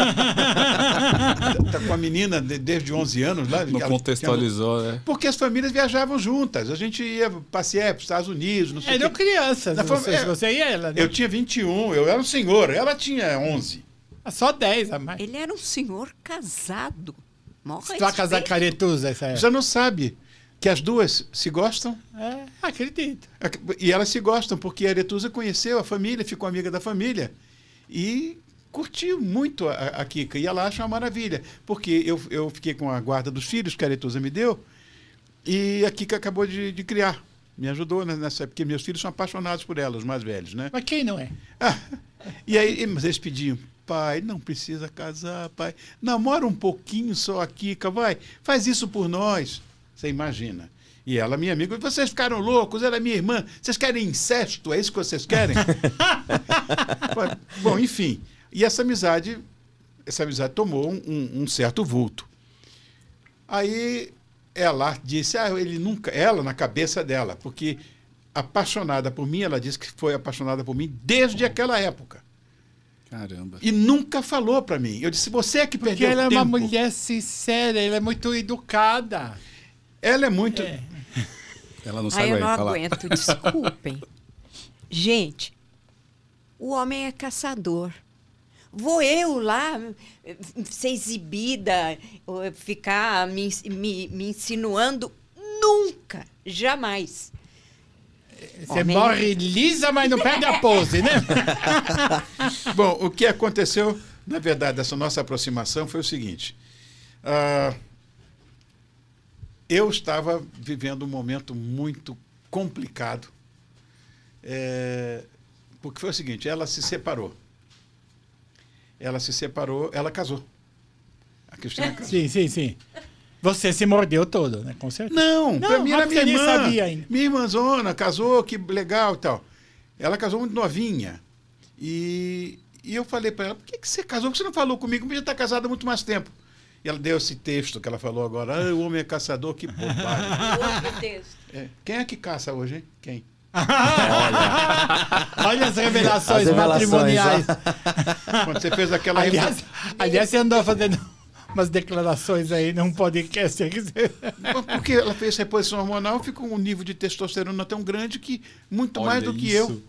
Tá com a menina desde 11 anos lá. Não contextualizou, né? Porque as famílias viajavam juntas. A gente ia passear para os Estados Unidos, não sei o quê. Eram crianças, você e ela, né? Eu tinha 21, eu era um senhor, ela tinha 11. Só 10 a mais. Ele era um senhor casado. Você vai casar com a Aretusa essa época? Já não sabe que as duas se gostam? Acredito. E elas se gostam, porque a Aretusa conheceu a família, ficou amiga da família. E curtiu muito a Kika. E ela acha uma maravilha. Porque eu fiquei com a guarda dos filhos que a Aretusa me deu, e a Kika acabou de criar. Me ajudou nessa época, porque meus filhos são apaixonados por ela, os mais velhos, né? Mas quem não é? E aí, mas eles pediam, pai, não precisa casar, pai. Namora um pouquinho só a Kika, vai. Faz isso por nós. Você imagina. E ela, minha amiga, vocês ficaram loucos, ela é minha irmã. Vocês querem incesto? É isso que vocês querem? Bom, enfim. E essa amizade tomou um certo vulto. Aí ela disse, ela na cabeça dela, porque apaixonada por mim, ela disse que foi apaixonada por mim desde aquela época. Caramba. E nunca falou para mim. Eu disse, você é que Porque perdeu tempo. ela é uma mulher sincera, ela é muito educada. Ela é muito... Ela não Aí sabe eu não falar. aguento, desculpem. Gente, o homem é caçador. Vou eu lá ser exibida, ficar me insinuando? Nunca, jamais. Você Homem. morre lisa, mas não perde a pose, né? Bom, o que aconteceu, na verdade, dessa nossa aproximação foi o seguinte. Eu estava vivendo um momento muito complicado, porque foi o seguinte, ela se separou. Ela casou. A Cristina casou. Sim. Você se mordeu todo, né? Com certeza. Não, para mim era minha nem irmã. sabia ainda. Minha irmãzona casou, que legal e tal. Ela casou muito novinha. E eu falei para ela, por que você casou? Por que você não falou comigo? Podia estar casada há muito mais tempo. E ela deu esse texto que ela falou agora. O homem é caçador, que bobagem. Outro texto. Quem é que caça hoje, hein? Quem? Olha as revelações, As revelações, matrimoniais. Quando você fez aquela... Aliás, você andou fazendo umas declarações aí num podcast. Porque ela fez reposição hormonal, ficou um nível de testosterona tão grande que muito mais do que eu.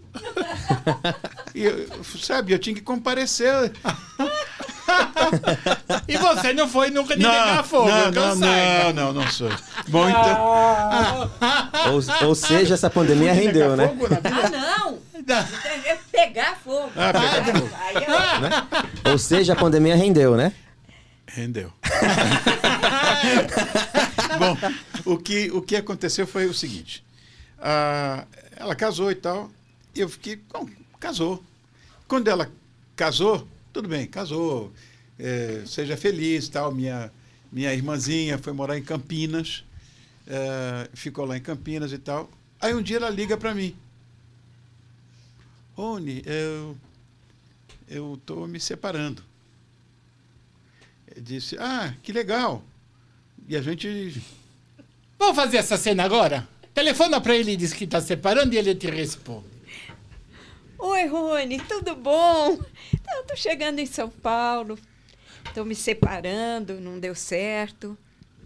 Sabe, eu tinha que comparecer. E você não foi nunca de pegar fogo, não sou. Bom, então... Ou seja, essa pandemia rendeu, né? Não! Pegar fogo. Pegar fogo. Ou seja, a pandemia rendeu, né? Rendeu. Bom, o que aconteceu foi o seguinte. Ela casou e tal. E eu fiquei... Bom, casou. Quando ela casou, tudo bem, casou. Seja feliz e tal. Minha irmãzinha foi morar em Campinas. Ficou lá em Campinas e tal. Aí um dia ela liga para mim. Rony, eu estou me separando. Eu disse, que legal. E a gente... Vamos fazer essa cena agora? Telefona para ele e diz que está separando e ele te responde. Oi, Rony, tudo bom? Então, estou chegando em São Paulo. Estou me separando, não deu certo.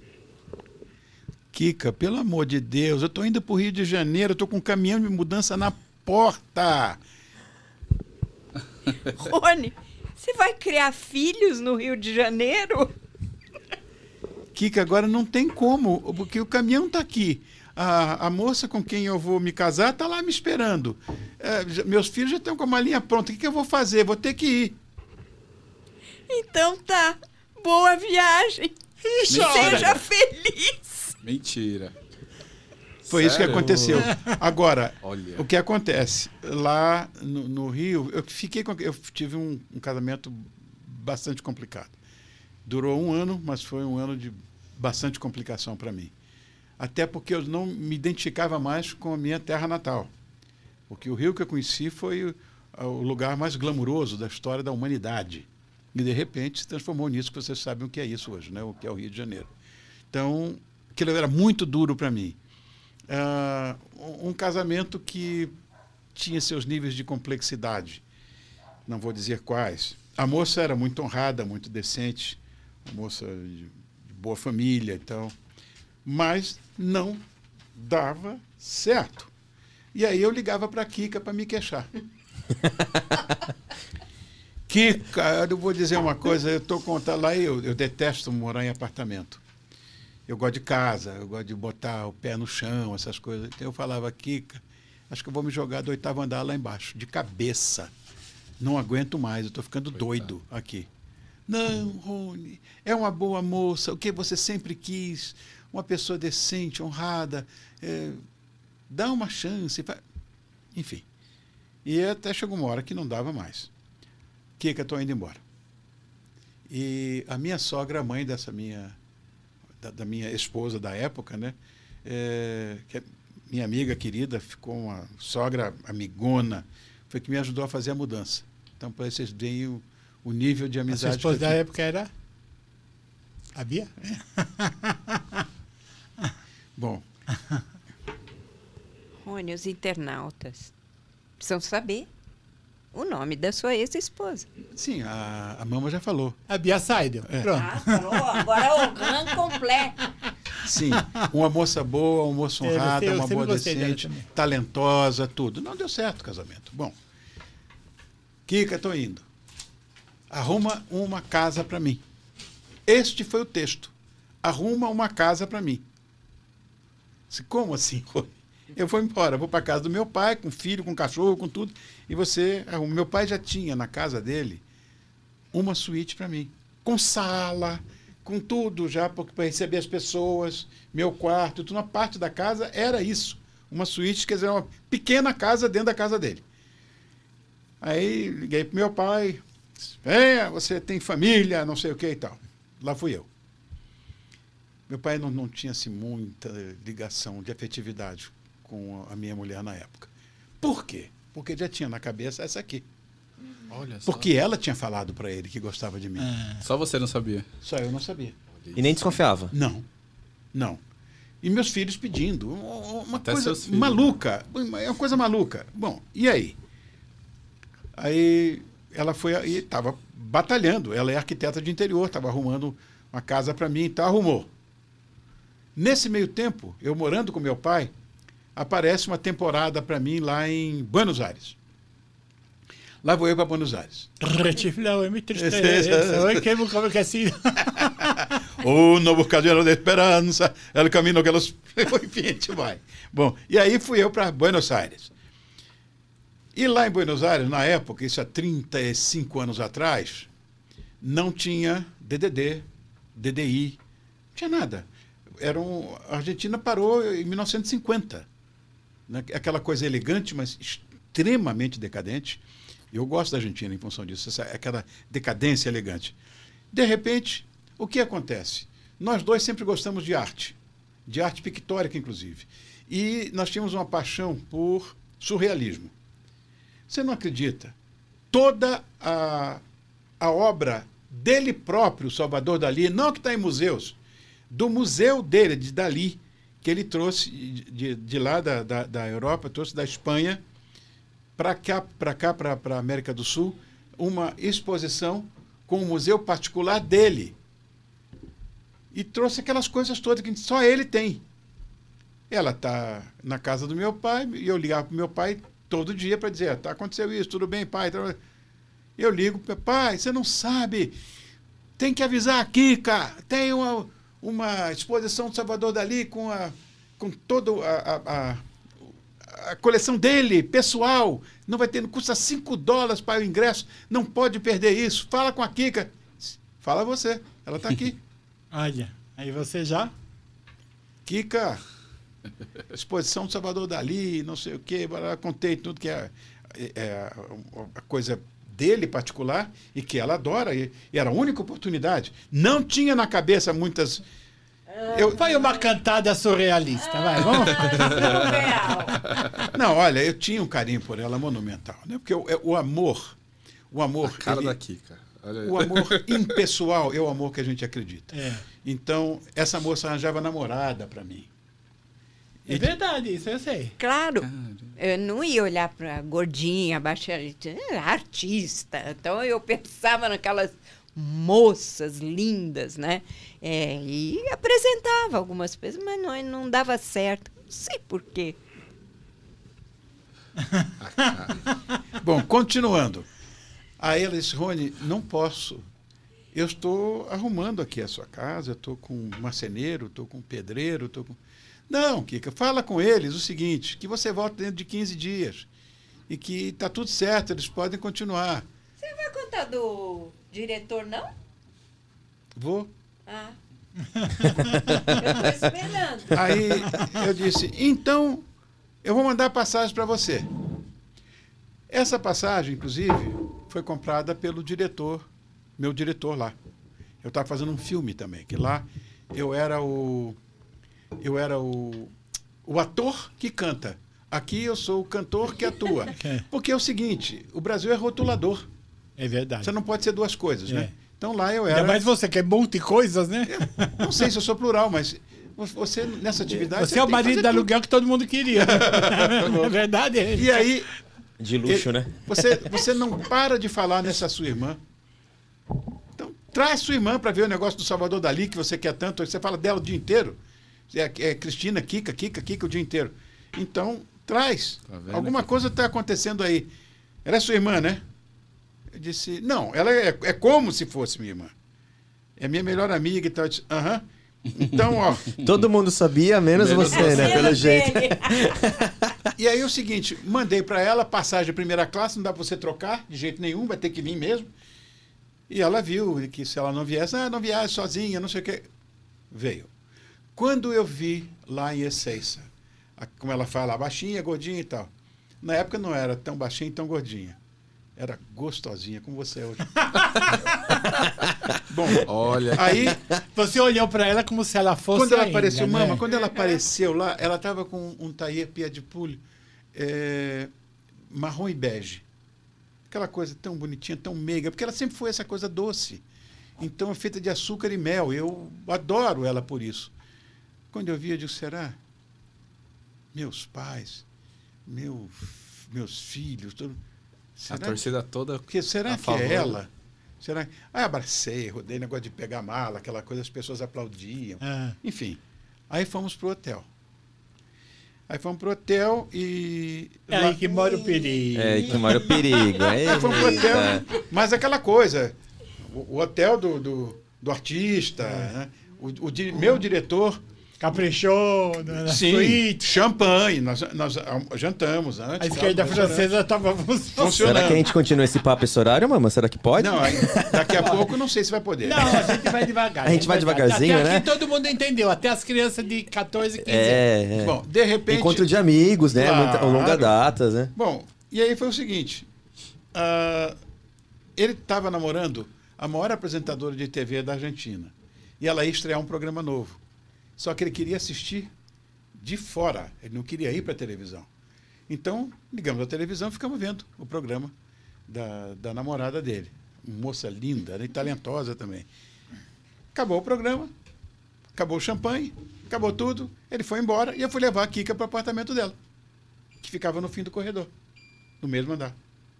Kika, pelo amor de Deus, eu estou indo para o Rio de Janeiro, estou com um caminhão de mudança na porta. Rony, você vai criar filhos no Rio de Janeiro? Kika, agora não tem como, porque o caminhão está aqui. A moça com quem eu vou me casar está lá me esperando. Meus filhos já estão com a malinha pronta. O que eu vou fazer? Vou ter que ir. Então tá. Boa viagem. Seja feliz. Mentira. Foi isso que aconteceu. Agora, Olha. o que acontece? Lá no Rio, eu tive um casamento bastante complicado. Durou 1 ano, mas foi um ano de bastante complicação para mim. Até porque eu não me identificava mais com a minha terra natal. Porque o Rio que eu conheci foi o lugar mais glamuroso da história da humanidade. E, de repente, se transformou nisso que vocês sabem o que é isso hoje, né? O que é o Rio de Janeiro. Então, aquilo era muito duro para mim. Um casamento que tinha seus níveis de complexidade. Não vou dizer quais. A moça era muito honrada, muito decente. Uma moça de boa família, então... Mas não dava certo. E aí eu ligava para a Kika para me queixar. Kika, eu vou dizer uma coisa, eu estou contando lá, eu detesto morar em apartamento. Eu gosto de casa, eu gosto de botar o pé no chão, essas coisas. Então eu falava, Kika, acho que eu vou me jogar do 8º andar lá embaixo, de cabeça. Não aguento mais, eu estou ficando doido aqui. Não, Rony, é uma boa moça, o que você sempre quis... Uma pessoa decente, honrada. dá uma chance. Enfim. E até chegou uma hora que não dava mais. Kika, estou indo embora. E a minha sogra, a mãe dessa da minha esposa da época, né? Que é minha amiga querida, ficou uma sogra amigona, foi que me ajudou a fazer a mudança. Então, para vocês verem o nível de amizade. A sua esposa da época era a Bia? Bom. Rony, os internautas precisam saber o nome da sua ex-esposa. Sim, a Mama já falou. A Bia Seidel. Pronto. Falou, agora o ramo completo. Sim, uma moça boa, uma moça honrada, uma boa decente, talentosa, tudo. Não deu certo o casamento. Bom, Kika, estou indo. Arruma uma casa para mim. Este foi o texto. Arruma uma casa para mim. Como assim, Rony? Eu vou embora, vou para casa do meu pai, com filho, com cachorro, com tudo. E você arruma. Meu pai já tinha na casa dele uma suíte para mim. Com sala, com tudo já, para receber as pessoas, meu quarto, tudo. Uma parte da casa era isso. Uma suíte, quer dizer, uma pequena casa dentro da casa dele. Aí liguei para meu pai. Você tem família, não sei o que e tal. Lá fui eu. Meu pai não tinha assim, muita ligação de afetividade com a minha mulher na época. Por quê? Porque já tinha na cabeça essa aqui. Olha só. Porque ela tinha falado para ele que gostava de mim. Só você não sabia? Só eu não sabia. E nem desconfiava? Não. Não. E meus filhos pedindo. Uma Até coisa seus filhos. maluca. É uma coisa maluca. Bom, e aí? Aí ela foi e estava batalhando. Ela é arquiteta de interior, estava arrumando uma casa para mim, então arrumou. Nesse meio tempo, eu morando com meu pai, aparece uma temporada para mim lá em Buenos Aires. Lá vou eu para Buenos Aires. Retiflão, me tristeza. Hoy que como que assim. No buscadero de esperança, el camino que los... Enfim, a gente vai. Bom, e aí fui eu para Buenos Aires. E lá em Buenos Aires, na época, isso há 35 anos atrás, não tinha DDD, DDI, não tinha nada. A Argentina parou em 1950. Né? Aquela coisa elegante, mas extremamente decadente. Eu gosto da Argentina em função disso, aquela decadência elegante. De repente, o que acontece? Nós dois sempre gostamos de arte pictórica, inclusive. E nós tínhamos uma paixão por surrealismo. Você não acredita? Toda a obra dele próprio, Salvador Dalí, não que está em museus, do museu dele, de Dalí, que ele trouxe de lá da Europa, trouxe da Espanha, para cá, para a América do Sul, uma exposição com o museu particular dele. E trouxe aquelas coisas todas que só ele tem. Ela está na casa do meu pai, e eu ligava para o meu pai todo dia para dizer, aconteceu isso, tudo bem, pai? Eu ligo para pai, você não sabe, tem que avisar aqui, cara, tem uma exposição do Salvador Dalí com toda a coleção dele, pessoal, não vai ter, custa $5 para o ingresso, não pode perder isso, fala com a Kika. Fala você, ela está aqui. Olha, aí você já... Kika, exposição do Salvador Dalí, não sei o quê, contei tudo que é a coisa dele particular e que ela adora, e era a única oportunidade. Não tinha na cabeça muitas... Foi uma cantada surrealista, vai, vamos. Não, olha, eu tinha um carinho por ela monumental, né? Porque o amor... A cara da Kika. O amor impessoal é o amor que a gente acredita. Então, essa moça arranjava namorada para mim. É verdade, isso eu sei. Claro, eu não ia olhar para gordinha, baixa, artista. Então eu pensava naquelas moças lindas, né? E apresentava algumas coisas, mas não dava certo. Não sei por quê. Bom, continuando. Aí ela disse, Rony, não posso. Eu estou arrumando aqui a sua casa, eu estou com um marceneiro, estou com um pedreiro, estou com... Não, Kika, fala com eles o seguinte, que você volta dentro de 15 dias e que está tudo certo, eles podem continuar. Você vai contar do diretor, não? Vou. Ah. Eu estou esperando. Aí eu disse, então, eu vou mandar a passagem para você. Essa passagem, inclusive, foi comprada pelo diretor, meu diretor lá. Eu estava fazendo um filme também, que lá eu era o ator que canta. Aqui eu sou o cantor que atua. Porque é o seguinte, o Brasil é rotulador. É verdade. Você não pode ser duas coisas, né? Então lá eu era... Ainda mais você, que é monte de coisas, né? Eu não sei se eu sou plural, mas você, nessa atividade... Você é o marido da aluguel que todo mundo queria. Né? É verdade. E aí... De luxo, né? Você não para de falar nessa sua irmã. Então, traz sua irmã para ver o negócio do Salvador Dalí, que você quer tanto. Você fala dela o dia inteiro. É Cristina, Kika o dia inteiro. Então, traz. Tá Alguma coisa está acontecendo aí. Ela é sua irmã, né? Eu disse, não, ela é como se fosse minha irmã. É minha melhor amiga e tal. Eu disse, aham. Então, ó... Todo mundo sabia, menos você, né? Pelo jeito. E aí o seguinte, mandei para ela passagem de primeira classe, não dá para você trocar de jeito nenhum, vai ter que vir mesmo. E ela viu que se ela não viesse, não viaja sozinha, não sei o quê. Veio. Quando eu vi lá em Ezeiza, como ela fala, baixinha, gordinha e tal. Na época não era tão baixinha e tão gordinha. Era gostosinha, como você é hoje. Bom, olha. Aí você olhou para ela como se ela fosse. Quando ela ainda, apareceu, né? mama, quando ela apareceu lá, ela estava com um tailleur pied de poule marrom e bege. Aquela coisa tão bonitinha, tão meiga, porque ela sempre foi essa coisa doce. Então é feita de açúcar e mel. Eu adoro ela por isso. Quando eu vi, eu digo, será? Meus pais, meus filhos, tudo. A torcida toda. Porque será que é ela? Será? Aí abracei, rodei, negócio de pegar mala, aquela coisa, as pessoas aplaudiam. Enfim. Aí fomos pro hotel. E... É aí que mora o perigo. É aí que mora o perigo. Aí fomos pro hotel, mas aquela coisa, o hotel do artista, né? Meu diretor... Caprichou na sim, suíte. Champanhe, nós jantamos antes. A esquerda francesa estava funcionando. Será que a gente continua esse papo esse horário, mama? Será que pode? Não, daqui a pouco não sei se vai poder. Não, a gente vai devagar. A gente vai devagarzinho, até né? Aqui todo mundo entendeu, até as crianças de 14, 15 anos. Bom, de repente... Encontro de amigos, né? Claro. Longa data, né? Bom, e aí foi o seguinte. Ele estava namorando a maior apresentadora de TV da Argentina. E ela ia estrear um programa novo. Só que ele queria assistir de fora. Ele não queria ir para a televisão. Então, ligamos a televisão e ficamos vendo o programa da namorada dele. Uma moça linda, né, e talentosa também. Acabou o programa, acabou o champanhe, acabou tudo. Ele foi embora e eu fui levar a Kika para o apartamento dela, que ficava no fim do corredor, no mesmo andar.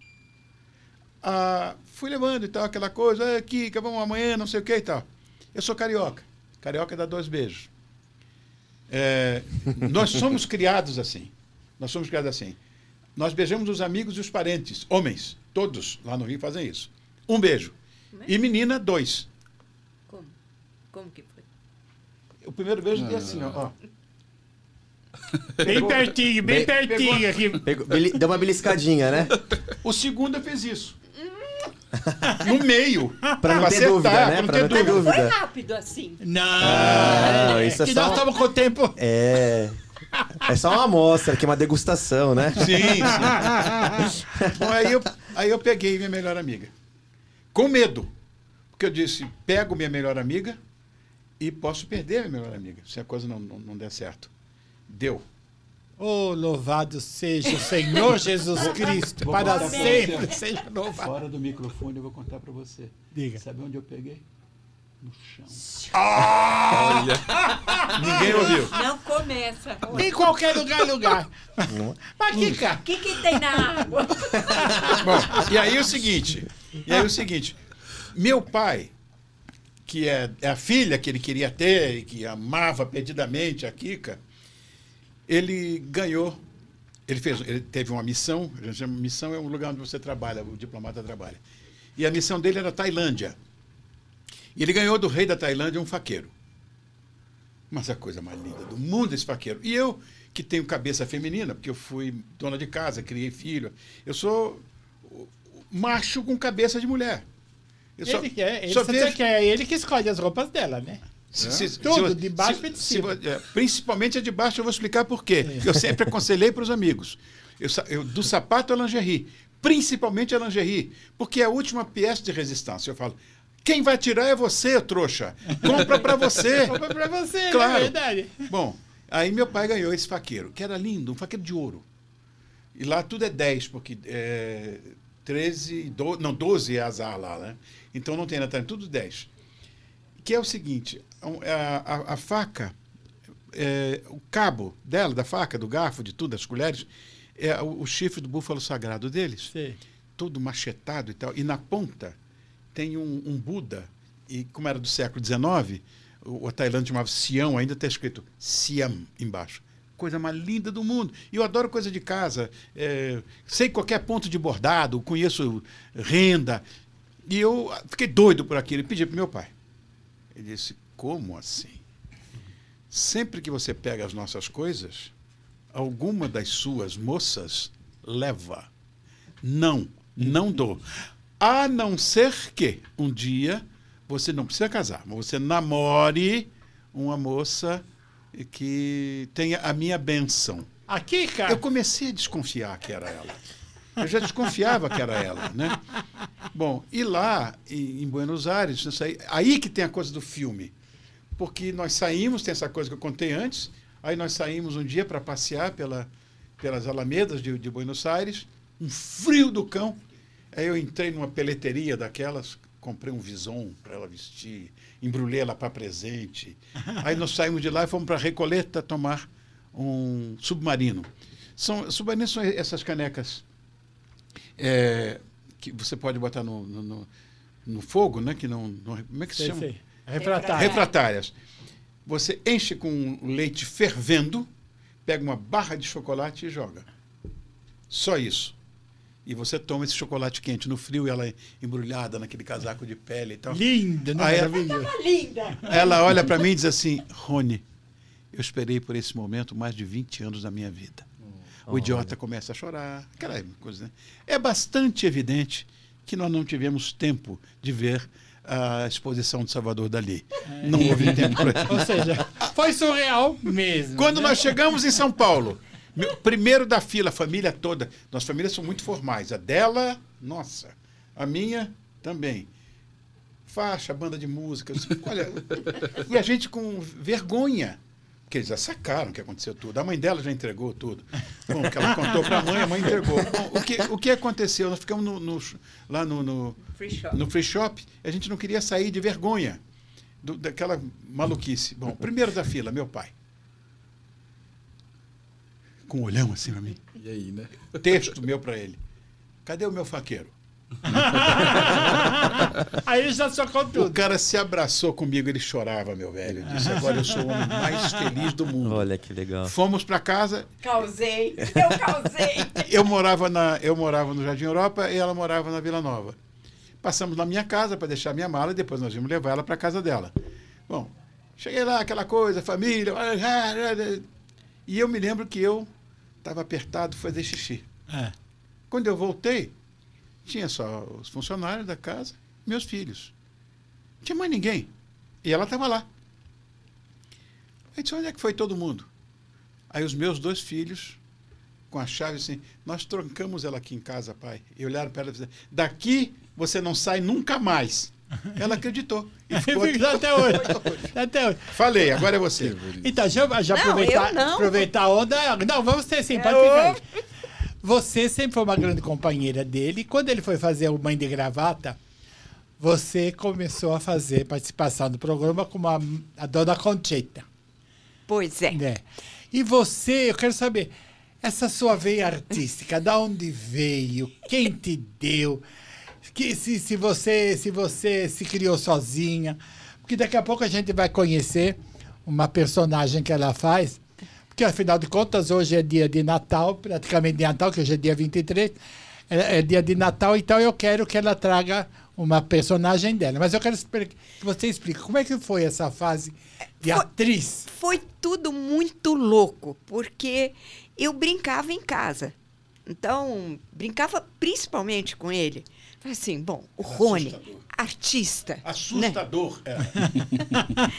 Fui levando e tal, aquela coisa, Kika, vamos amanhã, não sei o que e tal. Eu sou carioca. Carioca dá 2 beijos. Nós somos criados assim. Nós beijamos os amigos e os parentes, homens, todos lá no Rio fazem isso. 1 beijo. E menina, 2. Como que foi? O primeiro beijo é assim, ó. Bem pertinho aqui. Deu uma beliscadinha, né? O segundo eu fiz isso. No meio. Pra não ter dúvida, né? Pra não ter Não foi dúvida. rápido assim. Não, isso é que só... nós estamos com o tempo. É só uma amostra, que é uma degustação, né? Sim. Bom, aí eu peguei minha melhor amiga. Com medo. Porque eu disse, pego minha melhor amiga e posso perder minha melhor amiga, se a coisa não der certo. Deu. Oh, louvado seja o Senhor Jesus Cristo, para sempre seja louvado. Fora do microfone eu vou contar para você. Diga. Sabe onde eu peguei? No chão. Olha. Ninguém ouviu. Não começa. Em qualquer lugar. Mas, Kika, O que tem na água? Bom, e aí o seguinte, meu pai, que é a filha que ele queria ter e que amava perdidamente a Kika, ele ganhou, ele teve uma missão, a gente chama missão é um lugar onde você trabalha, o diplomata trabalha. E a missão dele era Tailândia. E ele ganhou do rei da Tailândia um faqueiro. Mas a coisa mais linda do mundo, esse faqueiro. E eu, que tenho cabeça feminina, porque eu fui dona de casa, criei filho, eu sou macho com cabeça de mulher. é ele que escolhe as roupas dela, né? Tudo, de baixo e de cima. Principalmente a de baixo, eu vou explicar por quê. Eu sempre aconselhei para os amigos. Do sapato à lingerie. Principalmente a lingerie. Porque é a última pièce de resistência. Eu falo, quem vai tirar é você, trouxa. Compra para você. Compra para você, claro. É verdade. Bom, aí meu pai ganhou esse faqueiro, que era lindo, um faqueiro de ouro. E lá tudo é 10, porque 12 é azar lá, né? Então não tem nada, tudo 10. Que é o seguinte, a faca, o cabo dela, da faca, do garfo, de tudo, das colheres, é o chifre do búfalo sagrado deles. Sim. Todo machetado e tal. E na ponta tem um Buda, e como era do século XIX, o Tailândia chamava Siam, ainda está escrito Siam embaixo. Coisa mais linda do mundo. E eu adoro coisa de casa. Sei qualquer ponto de bordado, conheço renda. E eu fiquei doido por aquilo e pedi para meu pai. Ele disse, como assim? Sempre que você pega as nossas coisas, alguma das suas moças leva. Não dou. A não ser que um dia você não precisa casar, mas você namore uma moça que tenha a minha bênção. Aqui, cara? Eu comecei a desconfiar que era ela. Eu já desconfiava que era ela, né? Bom, e lá em Buenos Aires, aí que tem a coisa do filme. Porque nós saímos, tem essa coisa que eu contei antes, aí nós saímos um dia para passear pelas alamedas de Buenos Aires, um frio do cão. Aí eu entrei numa peleteria daquelas, comprei um vison para ela vestir, embrulhei ela para presente. Aí nós saímos de lá e fomos para Recoleta tomar um submarino. Submarinos são essas canecas que você pode botar no fogo, né? Que não, como é que se chama? Sei. Refratárias. Refratárias. Você enche com leite fervendo, pega uma barra de chocolate e joga. Só isso. E você toma esse chocolate quente no frio e ela é embrulhada naquele casaco de pele e tal. Linda, né? Linda. Ela olha para mim e diz assim, Rony, eu esperei por esse momento mais de 20 anos da minha vida. O idiota começa a chorar, aquela coisa, né? É bastante evidente que nós não tivemos tempo de ver a exposição de Salvador Dalí. Não houve tempo para isso. Ou seja, foi surreal mesmo. Quando nós chegamos em São Paulo, primeiro da fila, a família toda, nossas famílias são muito formais. A dela, nossa, a minha também. Faixa, banda de música. Olha, e a gente com vergonha. Porque eles já sacaram que aconteceu tudo. A mãe dela já entregou tudo. Bom, que ela contou para a mãe entregou. Bom, o que aconteceu? Nós ficamos lá no free shop. A gente não queria sair de vergonha daquela maluquice. Bom, primeiro da fila, meu pai. Com um olhão assim para mim. E aí, né? Texto meu para ele. Cadê o meu faqueiro? Aí ele já socou tudo. O cara se abraçou comigo, ele chorava, meu velho. Disse, agora eu sou o homem mais feliz do mundo. Olha que legal. Fomos para casa. Causei. Eu morava no Jardim Europa e ela morava na Vila Nova. Passamos na minha casa para deixar minha mala e depois nós íamos levar ela para casa dela. Bom, cheguei lá, aquela coisa, família. E eu me lembro que eu estava apertado fazer xixi. Quando eu voltei, tinha só os funcionários da casa, meus filhos. Não tinha mais ninguém. E ela estava lá. Aí disse, onde é que foi todo mundo? Aí os meus 2 filhos, com a chave assim, nós trancamos ela aqui em casa, pai. E olharam para ela e disseram, daqui você não sai nunca mais. Ela acreditou. E ficou até hoje. Até hoje. Falei, agora é você. Então, já não, aproveitar a onda. Não, vamos ter sim, pode ficar aí. Você sempre foi uma grande companheira dele. E quando ele foi fazer o Mãe de Gravata, você começou a fazer participação do programa com a dona Conchita. Pois é. E você, eu quero saber, essa sua veia artística, da onde veio? Quem te deu? Se você se criou sozinha? Porque daqui a pouco a gente vai conhecer uma personagem que ela faz. Porque, afinal de contas, hoje é dia de Natal, praticamente de Natal, que hoje é dia 23, é dia de Natal, então eu quero que ela traga uma personagem dela. Mas eu quero que você explique como é que foi essa fase de atriz. Foi tudo muito louco, porque eu brincava em casa. Então, brincava principalmente com ele. Assim, bom, o Rony, artista. Assustador. Né?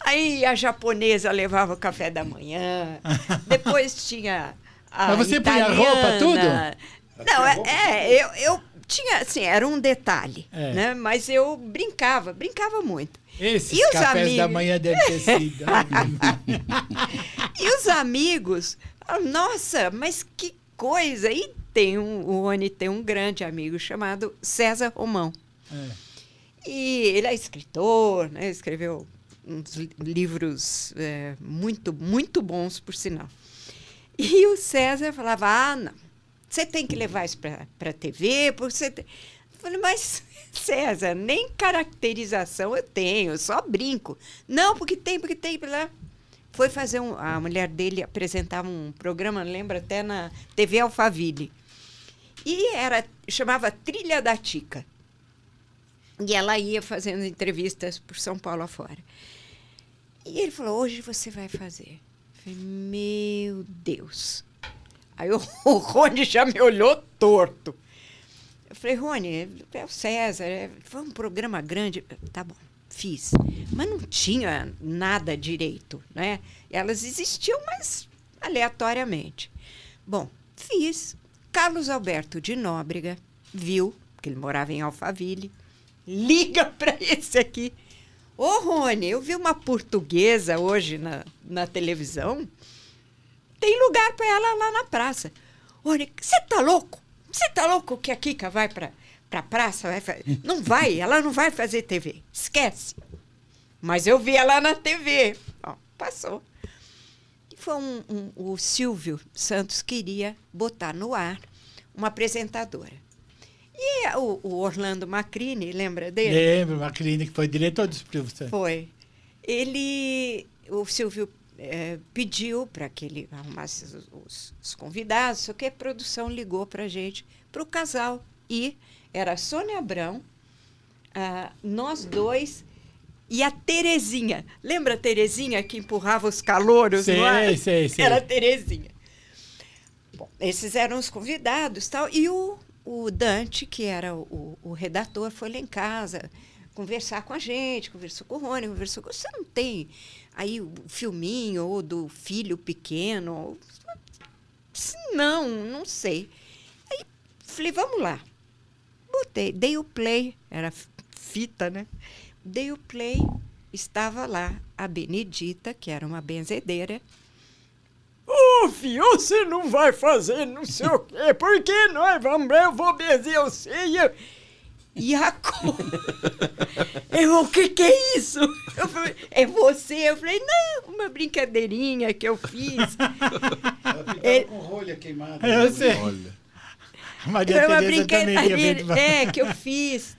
Aí a japonesa levava o café da manhã, depois tinha a Mas você punha italiana. roupa, tudo? Não, eu tinha, assim, era um detalhe, né? Mas eu brincava muito. Esses E os cafés da amigos? manhã devem ter sido. E os amigos, nossa, mas que coisa! E o Rony tem um grande amigo chamado César Romão. E ele é escritor, né? Escreveu uns livros muito, muito bons, por sinal. E o César falava, não, você tem que levar isso para a TV, porque você tem... Eu falei, mas, César, nem caracterização eu tenho, eu só brinco. Não, porque tem. Foi fazer a mulher dele apresentava um programa, lembra, até na TV Alphaville. E chamava Trilha da Tica. E ela ia fazendo entrevistas por São Paulo afora. E ele falou, hoje você vai fazer. Eu falei, meu Deus. Aí o Rony já me olhou torto. Eu falei, Rony, é o César, foi um programa grande. Tá bom, fiz. Mas não tinha nada direito, né? Elas existiam, mas aleatoriamente. Bom, fiz. Carlos Alberto de Nóbrega viu, porque ele morava em Alphaville, liga para esse aqui. Ô, Rony, eu vi uma portuguesa hoje na televisão. Tem lugar para ela lá na praça. Rony, você tá louco? Você tá louco que a Kika vai para a praça? Não vai, ela não vai fazer TV. Esquece. Mas eu vi ela na TV. Ó, passou. E foi o Silvio Santos queria botar no ar uma apresentadora. E o Orlando Macrini, lembra dele? Lembro, Macrini, que foi diretor dos Silvio. Foi. O Silvio pediu para que ele arrumasse os convidados, só que a produção ligou para a gente, para o casal. E era a Sônia Abrão, nós dois e a Terezinha. Lembra a Terezinha que empurrava os calouros no ar? Sei. Era a Terezinha. Bom, esses eram os convidados, tal, e o Dante, que era o redator, foi lá em casa conversar com a gente, conversou com o Rony, conversou com... Você não tem aí o filminho ou do filho pequeno? Não sei. Aí falei, vamos lá. Dei o play, era fita, né? Dei o play, estava lá a Benedita, que era uma benzedeira. Filho, você não vai fazer não sei o quê, porque eu vou benzer você e a cor. O que é isso? Eu falei, é você? Eu falei, não, uma brincadeirinha que eu fiz. Ela ficava com rolha queimada. Eu sei. Olha. Maria Uma Tereza também brincadeira que eu fiz.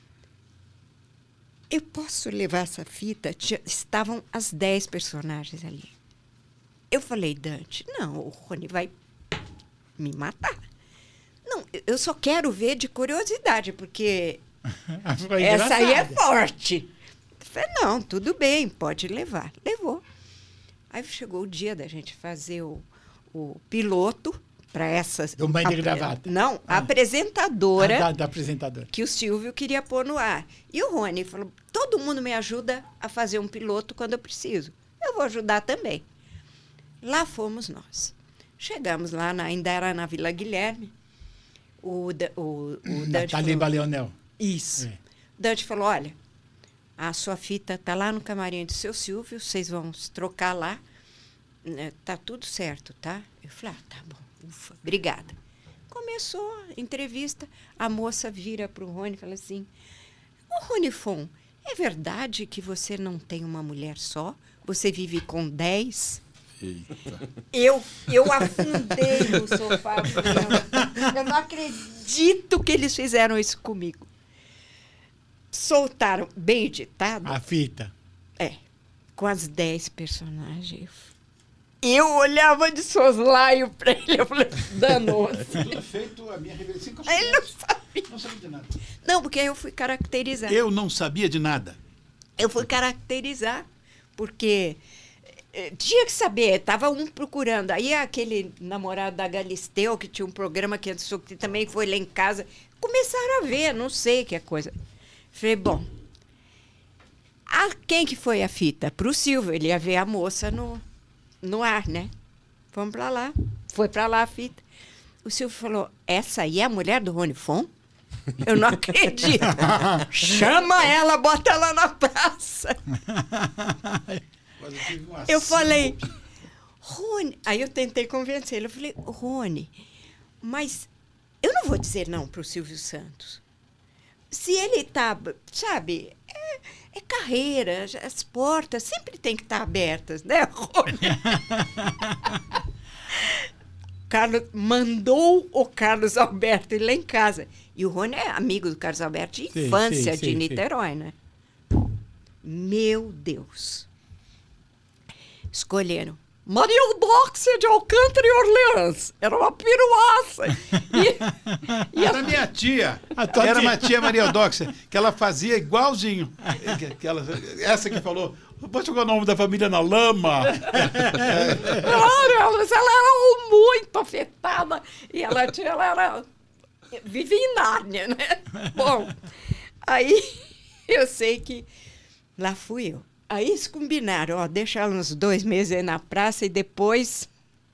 Eu posso levar essa fita? Estavam as 10 personagens ali. Eu falei, Dante, não, o Rony vai me matar. Não, eu só quero ver de curiosidade, porque essa aí é forte. Eu falei, não, tudo bem, pode levar. Levou. Aí chegou o dia da gente fazer o piloto para essas... Do Mãe de Gravata. Não, a apresentadora. Da apresentadora. Que o Silvio queria pôr no ar. E o Rony falou, todo mundo me ajuda a fazer um piloto quando eu preciso. Eu vou ajudar também. Lá fomos nós. Chegamos lá, ainda era na Vila Guilherme. O Dante Taliba Leonel. Isso. Dante falou, olha, a sua fita está lá no camarim do seu Silvio, vocês vão se trocar lá. Tá tudo certo, tá? Eu falei, tá bom, ufa, obrigada. Começou a entrevista, a moça vira para o Rony e fala assim, ô Rony Fon, é verdade que você não tem uma mulher só? Você vive com 10? Eita. Eu afundei no sofá. Eu não acredito que eles fizeram isso comigo. Soltaram, bem editado. A fita. Com as 10 personagens. Eu olhava de soslaio para ele. Eu falei, danou-se. Tudo feito a minha revelação. Ele não sabia. Não sabia de nada. Não, porque aí eu fui caracterizar. Eu não sabia de nada. Eu fui caracterizar, porque... tinha que saber, estava um procurando. Aí aquele namorado da Galisteu, que tinha um programa que também foi lá em casa, começaram a ver, não sei que é coisa. Falei, bom, Para quem que foi a fita? Para o Silvio. Ele ia ver a moça no ar, né? Fomos para lá. Foi para lá a fita. O Silvio falou, essa aí é a mulher do Rony Fon? Eu não acredito. Chama ela, bota ela na praça. Eu falei, Rony... Aí eu tentei convencer ele. Eu falei, Rony, mas eu não vou dizer não para o Silvio Santos. Se ele está, sabe, é carreira, as portas sempre tem que estar abertas, né, Rony? Carlos mandou o Carlos Alberto ir lá em casa. E o Rony é amigo do Carlos Alberto de infância, de Niterói, né? Meu Deus. Escolheram Maria Eudóxia de Alcântara e Orleans. Era uma piruaça. Era minha tia. Era uma tia Maria Eudóxia, que ela fazia igualzinho. Essa que falou, pode jogar o nome da família na lama. Ela era muito afetada. E ela era... Vivia em Nárnia, né? Bom, aí eu sei que lá fui eu. Aí eles combinaram, ó, deixa ela uns 2 meses aí na praça e depois...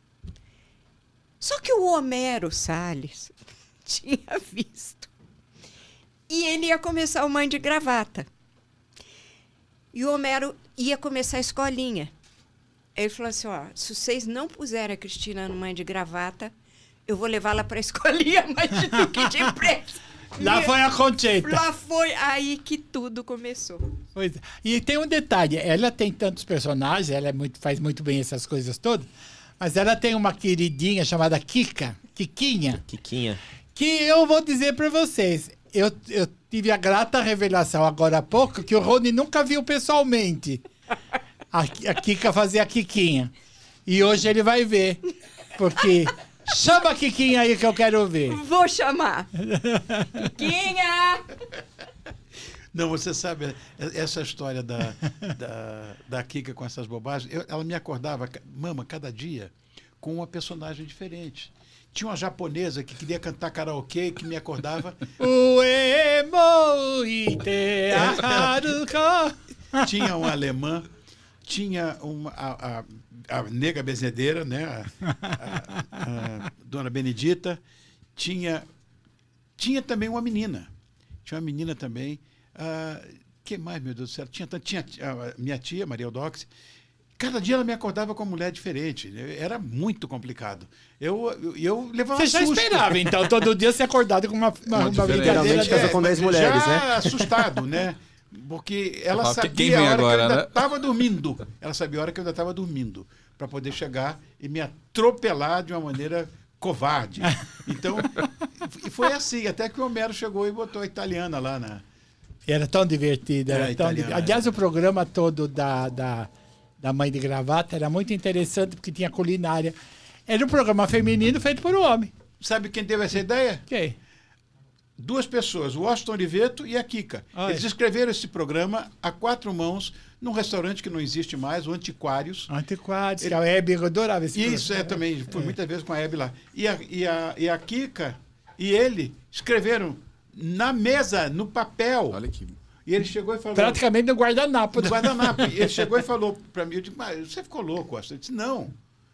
Só que o Homero Salles tinha visto. E ele ia começar o Mãe de Gravata. E o Homero ia começar a escolinha. Ele falou assim, ó, se vocês não puserem a Cristina no Mãe de Gravata, eu vou levá-la para a escolinha mais de Duque de Imprensa. Lá foi a Concheta. Lá foi aí que tudo começou. Pois é. E tem um detalhe, ela tem tantos personagens, ela faz muito bem essas coisas todas, mas ela tem uma queridinha chamada Kikinha, que eu vou dizer para vocês, eu tive a grata revelação agora há pouco que o Rony nunca viu pessoalmente a Kika fazer a Kikinha. E hoje ele vai ver, porque... Chama a Kikinha aí que eu quero ver. Vou chamar. Kikinha! Não, você sabe, essa história da Kika com essas bobagens, ela me acordava, mama, cada dia, com uma personagem diferente. Tinha uma japonesa que queria cantar karaokê que me acordava. Tinha um alemã, tinha a nega bezedeira, né? A dona Benedita. Tinha também uma menina. Tinha uma menina também. Que mais, meu Deus do céu? Tinha a minha tia, Maria Eudóxia. Cada dia ela me acordava com uma mulher diferente. Era muito complicado. Eu levava Você já esperava, então, todo dia ser acordado com uma brincadeira. Geralmente casa com 10 mulheres, né? Assustado, né? Porque ela sabia quem vem a hora agora, que eu ainda né? estava dormindo. Ela sabia a hora que eu ainda estava dormindo. Para poder chegar e me atropelar de uma maneira covarde. Então, foi assim. Até que o Homero chegou e botou a italiana lá na... Era tão divertida. Era italiana, Aliás, o programa todo da Mãe de Gravata era muito interessante, porque tinha culinária. Era um programa feminino feito por um homem. Sabe quem teve essa ideia? Quem? 2 pessoas, o Washington Oliveto e a Kika. Olha. Eles escreveram esse programa a 4 mãos num restaurante que não existe mais, o Antiquários. Antiquários, que a Hebe, eu adorava esse programa. Isso, também. Fui muitas vezes com a Hebe lá. E a Kika e ele escreveram na mesa, no papel. Olha que... E ele chegou e falou... Praticamente no guardanapo. No guardanapo. E ele chegou e falou para mim, eu disse, mas você ficou louco, Washington? Eu disse, não.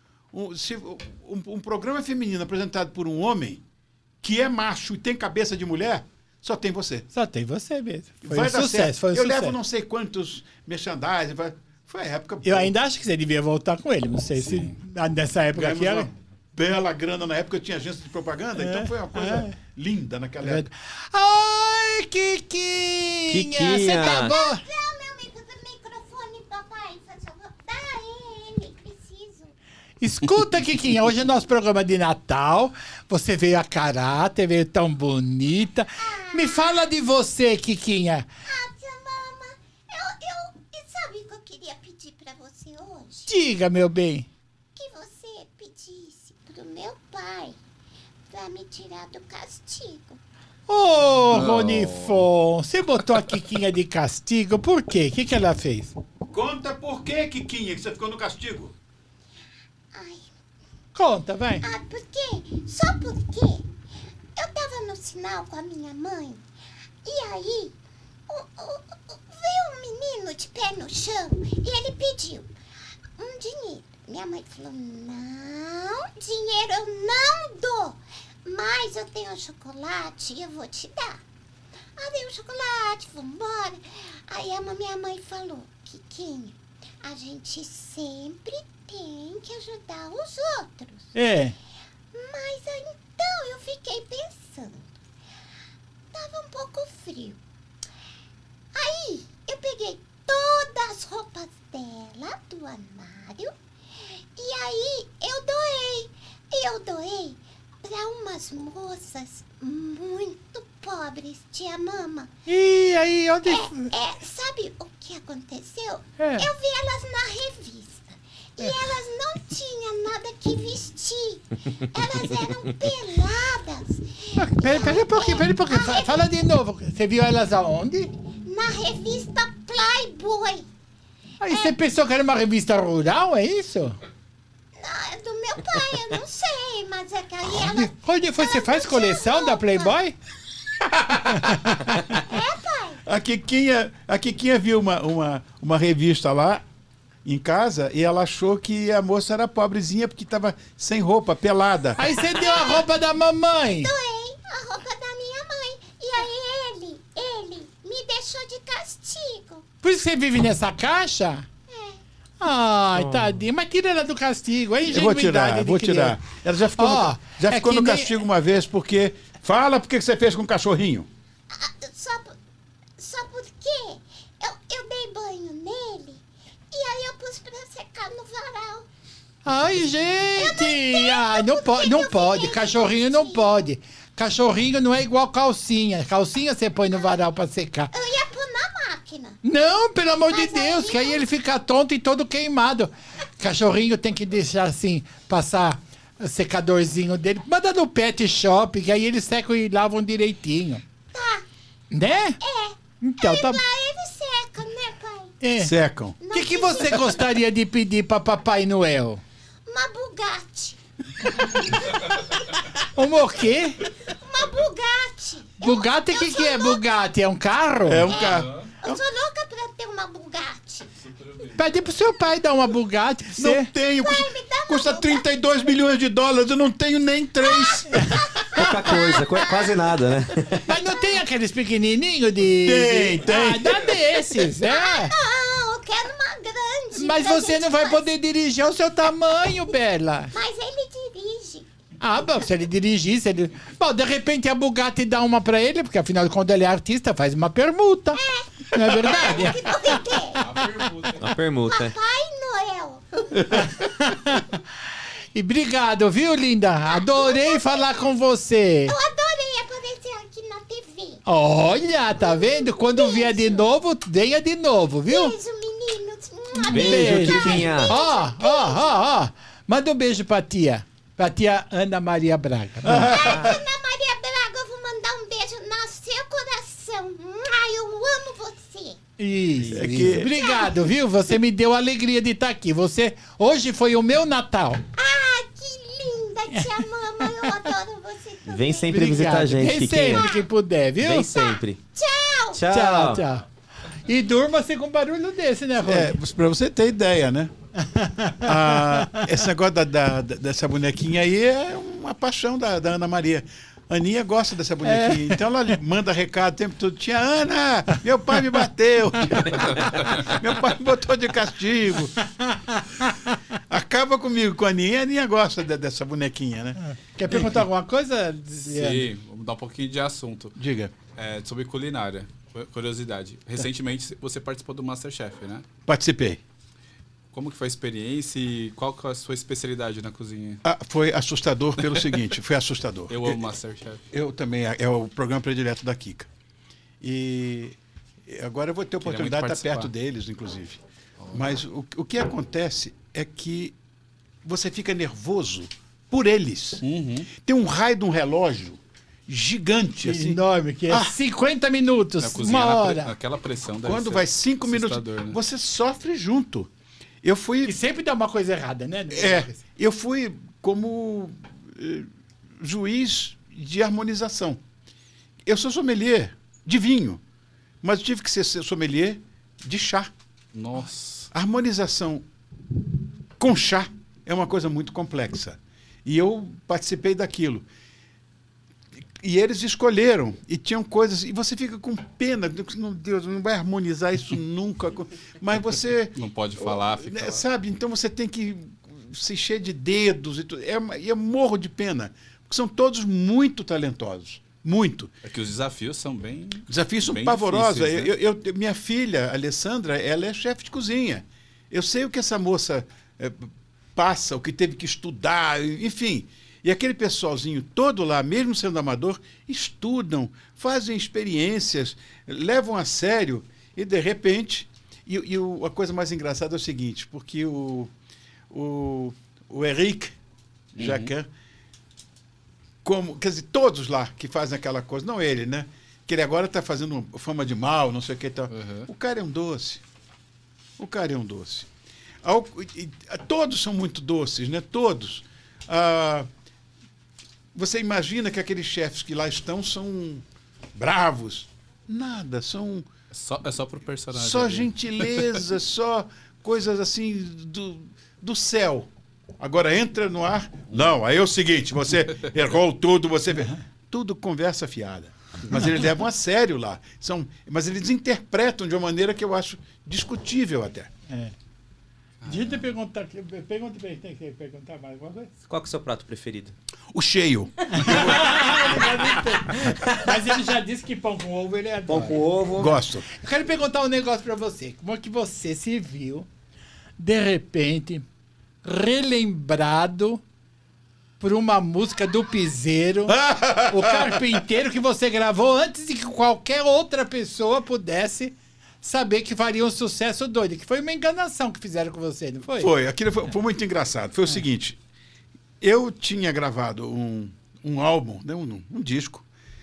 Um programa feminino apresentado por um homem que é macho e tem cabeça de mulher, só tem você. Só tem você mesmo. Foi Vai um dar sucesso, certo. foi um Eu sucesso. levo não sei quantos merchandising. Foi a época... Eu ainda acho que você devia voltar com ele. Não sei se nessa época aqui Ganhamos era... uma bela grana na época, eu tinha agência de propaganda, então foi uma coisa linda naquela época. Ai, Kikinha! Kikinha. Você tá boa? Não, meu amigo, do microfone, papai, faz favor. Dá ele, preciso. Escuta, Kikinha, hoje é nosso programa de Natal. Você veio a caráter, veio tão bonita. Me fala de você, Kikinha. Tia Mama, eu sabe o que eu queria pedir pra você hoje? Diga, meu bem. Que você pedisse pro meu pai pra me tirar do castigo. Ô, Ronifon, você botou a Kikinha de castigo, por quê? O que ela fez? Conta por que, Kikinha, que você ficou no castigo. Ai, Conta, vai. só porque eu tava no sinal com a minha mãe e aí veio um menino de perna chão e ele pediu um dinheiro. Minha mãe falou, não, dinheiro eu não dou, mas eu tenho um chocolate e eu vou te dar. Aí dei o chocolate, vamos embora. Aí a minha mãe falou, Quiquinho, a gente sempre tem que ajudar os outros. É. Mas então eu fiquei pensando, tava um pouco frio. Aí eu peguei todas as roupas dela do armário e aí eu doei para umas moças muito pobres, tia Mama. E aí, onde... Sabe o que aconteceu? É. Eu vi elas na revista. E elas não tinham nada que vestir. Elas eram peladas. Pera um pouquinho. Fala de novo. Você viu elas aonde? Na revista Playboy. Aí você pensou que era uma revista rural, é isso? Não, é do meu pai, eu não sei. Mas é que aí elas... Onde foi? Você faz coleção da Playboy? É, pai? A Quiquinha viu uma revista lá em casa e ela achou que a moça era pobrezinha porque estava sem roupa, pelada. Aí você deu a roupa da mamãe. Doei a roupa da minha mãe. E aí ele me deixou de castigo. Por isso que você vive nessa caixa? É. Ai, tadinho. Mas tira ela do castigo. É Eu vou tirar, vou tirar. Ela já ficou, já ficou no castigo uma vez porque... Fala por que você fez com o cachorrinho. Só porque eu dei banho nele e aí eu pus pra secar no varal. Ai, gente! Ai, não pode. Cachorrinho não pode. Cachorrinho não é igual calcinha. Calcinha você põe no varal pra secar. Eu ia pôr na máquina. Não, pelo amor de Mas Deus, aí que aí ele fica tonto e todo queimado. Cachorrinho tem que deixar assim, passar o secadorzinho dele. Manda no pet shop, que aí eles secam e lavam direitinho. Tá. Né? É. Então, tá. Lá ele seca, né, pai? É. Secam. O que você gostaria de pedir pra Papai Noel? Uma Bugatti. O quê? Uma Bugatti. Bugatti, o que é Bugatti? É um carro? É um carro. Eu sou louca pra ter uma Bugatti. Pede pro seu pai dar uma Bugatti pra você. Não tenho. Pai, me dá uma Custa Bugatti. 32 milhões de dólares. Eu não tenho nem 3. Pouca coisa, quase nada, né? Mas não tem aqueles pequenininhos de... Tem. Ah, dá desses, é. Não, eu quero uma grande. Mas pra você gente não vai fazer. poder dirigir ao seu tamanho, Bela. Mas ele dirige. Ah, bom, se ele dirigir, se ele... Bom, de repente a Bugatti dá uma pra ele, porque afinal de contas ele é artista, faz uma permuta. Não é verdade? Que não tem. Uma permuta, é. Papai Noel. E obrigado, viu, linda? Adorei falar com você. Eu adorei aparecer aqui na TV. Olha, tá vendo? Quando vier de novo, venha de novo, viu? Beijo, meninos. Beijo, Quiquinha. Ó. Manda um beijo pra tia Ana Maria Braga. Ana Maria Braga, eu vou mandar um beijo no seu coração. Ai, eu amo você. Isso, É que- isso. Obrigado, viu? Você me deu a alegria de estar aqui. Hoje foi o meu Natal. Ah, que linda, tia Mama. Eu adoro você também. Vem sempre visitar a gente, Vem Quiquinha. sempre que puder, viu? Vem sempre. Tchau. Tchau. Tchau. E durma-se com barulho desse, né, Rony? Pra você ter ideia, né? Esse negócio dessa bonequinha aí é uma paixão da Ana Maria. Aninha gosta dessa bonequinha. Então ela manda recado o tempo todo. Tia Ana, meu pai me bateu. Meu pai me botou de castigo. Acaba comigo com a Aninha. A Aninha gosta dessa bonequinha, né? Quer perguntar alguma coisa? Sim, vamos mudar um pouquinho de assunto. Diga. Sobre culinária. Curiosidade. Recentemente você participou do Masterchef, né? Participei. Como que foi a experiência e qual que é a sua especialidade na cozinha? Foi assustador pelo seguinte. Foi assustador. Eu amo Masterchef. Eu também. É o programa predileto da Kika. E agora eu vou ter a Queria oportunidade de muito estar perto participar. deles, inclusive. Mas o que acontece é que você fica nervoso por eles. Tem um raio de um relógio gigante, assim. Enorme, que é 50 minutos, Na cozinha, uma hora. naquela pressão deve Quando ser vai 5 minutos, assustador, né? você sofre junto. Eu fui... E sempre dá uma coisa errada, né? Eu fui como juiz de harmonização. Eu sou sommelier de vinho, mas eu tive que ser sommelier de chá. Nossa. A harmonização com chá é uma coisa muito complexa. E eu participei daquilo. E eles escolheram, e tinham coisas, e você fica com pena, meu Deus, não vai harmonizar isso nunca. Mas você... Não pode falar, fica sabe? Então você tem que se encher de dedos e tudo. E eu morro de pena, porque são todos muito talentosos. Muito. É que os desafios são bem... Desafios são bem pavorosos. difíceis, né? Minha filha, Alessandra, ela é chefe de cozinha. Eu sei o que essa moça passa, o que teve que estudar, enfim... E aquele pessoalzinho todo lá, mesmo sendo amador, estudam, fazem experiências, levam a sério e, de repente... a coisa mais engraçada é o seguinte, porque o Eric Jacquin, quer dizer, todos lá que fazem aquela coisa, não ele, né? Que ele agora está fazendo fama de mal, não sei o que e tal. O cara é um doce. O cara é um doce. Todos são muito doces, né? Todos. Você imagina que aqueles chefes que lá estão são bravos? Nada, são... É só pro personagem. Só ali. gentileza, só coisas assim do céu. Agora entra no ar. Não, aí é o seguinte, você errou tudo, você... Tudo conversa fiada. Mas eles levam a sério lá. Mas eles interpretam de uma maneira que eu acho discutível até. Deixa eu perguntar tem que perguntar mais alguma coisa? Qual que é o seu prato preferido? O cheio. Mas ele já disse que pão com ovo ele adora. Pão com ovo. Gosto. Eu quero perguntar um negócio pra você. Como é que você se viu, de repente, relembrado por uma música do Piseiro, o Carpinteiro, que você gravou antes de que qualquer outra pessoa pudesse saber que faria um sucesso doido, que foi uma enganação que fizeram com você, não foi? Foi, aquilo foi muito engraçado. Foi o seguinte, eu tinha gravado um álbum, né, um disco,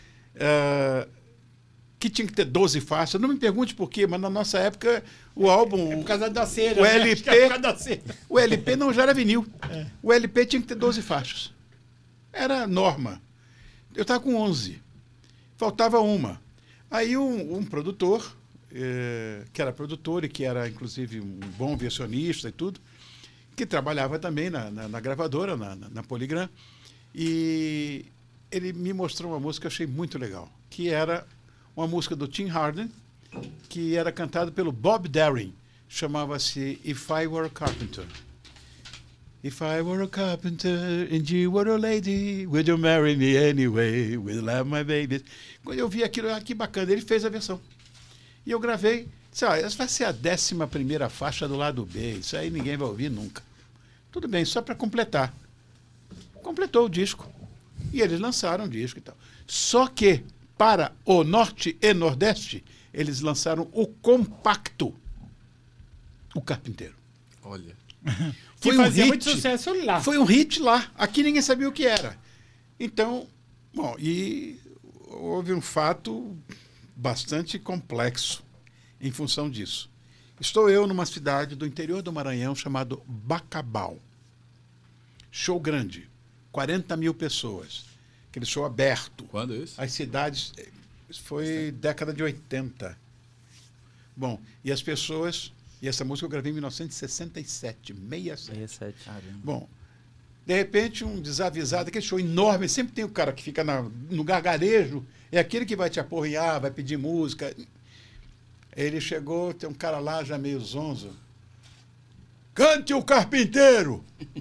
que tinha que ter 12 faixas. Não me pergunte por quê, mas na nossa época o álbum... É por causa da cera, o né? LP, Acho que é por causa da cera. O LP não já era vinil. O LP tinha que ter 12 faixas. Era norma. Eu estava com 11. Faltava uma. Aí um produtor... que era produtor e que era, inclusive, um bom versionista e tudo, que trabalhava também na gravadora, na Polygram, e ele me mostrou uma música que eu achei muito legal, que era uma música do Tim Hardin, que era cantada pelo Bob Darin, chamava-se If I Were a Carpenter. If I were a carpenter and you were a lady, would you marry me anyway? Will you love my babies? Quando eu vi aquilo, que bacana, ele fez a versão. E eu gravei, disse, essa vai ser a 11ª faixa do lado B, isso aí ninguém vai ouvir nunca. Tudo bem, só para completar. Completou o disco. E eles lançaram o disco e tal. Só que, para o Norte e Nordeste, eles lançaram o compacto, o Carpinteiro. Olha. Que fazia muito sucesso lá. Foi um hit lá. Aqui ninguém sabia o que era. Então, bom, e houve um fato bastante complexo em função disso. Estou eu numa cidade do interior do Maranhão chamado Bacabal. Show grande, 40 mil pessoas. Aquele show aberto. Quando isso? As cidades... Foi década de 80. Bom, e as pessoas... E essa música eu gravei em 1967, 67. Caramba. Bom, de repente, um desavisado, aquele show enorme, sempre tem o cara que fica no gargarejo, é aquele que vai te aporrear, vai pedir música. Ele chegou, tem um cara lá já meio zonzo. Cante o Carpinteiro!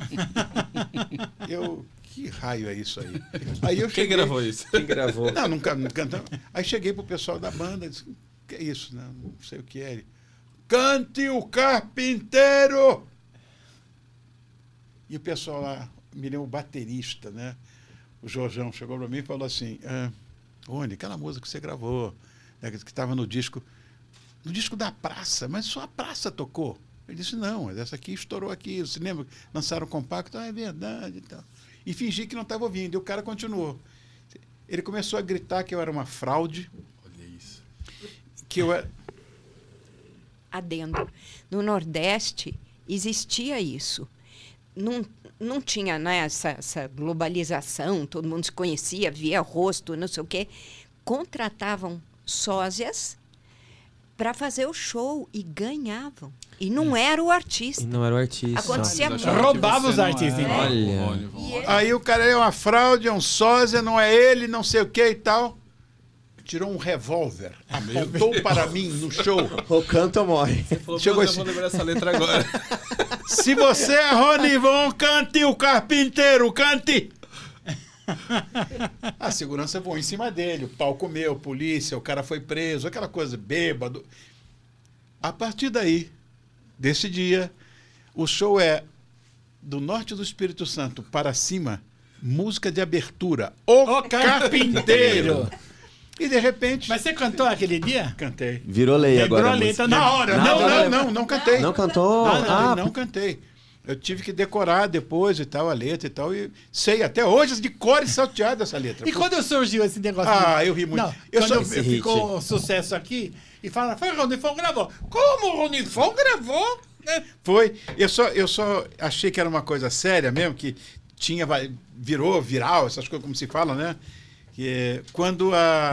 Que raio é isso aí? Aí eu cheguei, Quem gravou isso? Quem gravou? Não cantava. Aí cheguei pro pessoal da banda, disse, que é isso? Não sei o que é. Ele, cante o Carpinteiro! E o pessoal lá, me lembro, o baterista, né? O Jorjão chegou para mim e falou assim, Rony, aquela música que você gravou, né, que estava no disco da praça, mas só a praça tocou. Ele disse, não, essa aqui estourou aqui, você lembra? Lançaram um compacto, é verdade e tal. E fingi que não estava ouvindo, e o cara continuou. Ele começou a gritar que eu era uma fraude. Olha isso. Que eu era... Adendo. No Nordeste existia isso. Não tinha, né, essa globalização, todo mundo se conhecia, via rosto, não sei o quê. Contratavam sósias para fazer o show e ganhavam. E não era o artista. E não era o artista. Acontecia Eles muito. achavam que Roubava você os não artistas, era então. Olha. o Rony Von. Aí o cara é uma fraude, é um sósia, não é ele, não sei o que e tal. Tirou um revólver, apontou para mim no show. Ou canta ou morre. Falou, Chegou "Pô, eu esse- vou lembrar essa letra agora." Se você é Rony Von, cante o carpinteiro, cante! A segurança voou em cima dele, o pau comeu, polícia, o cara foi preso, aquela coisa, bêbado. A partir daí, desse dia, o show é do norte do Espírito Santo para cima, música de abertura, O Carpinteiro. E de repente, Mas você cantou aquele dia? cantei. Virou lei Lembrou agora. a a letra música. na hora. Não cantei. Não cantou? Não cantei. Eu tive que decorar depois e tal, a letra e tal. E sei até hoje de cor e salteado essa letra. E quando surgiu esse negócio? Ah, eu ri muito. Não, Eu quando só- ficou um sucesso aqui e fala, foi o Rony Von gravou. Como o Rony Von gravou? Né? Foi. Eu só achei que era uma coisa séria mesmo, que virou viral, essas coisas como se fala, né? Que quando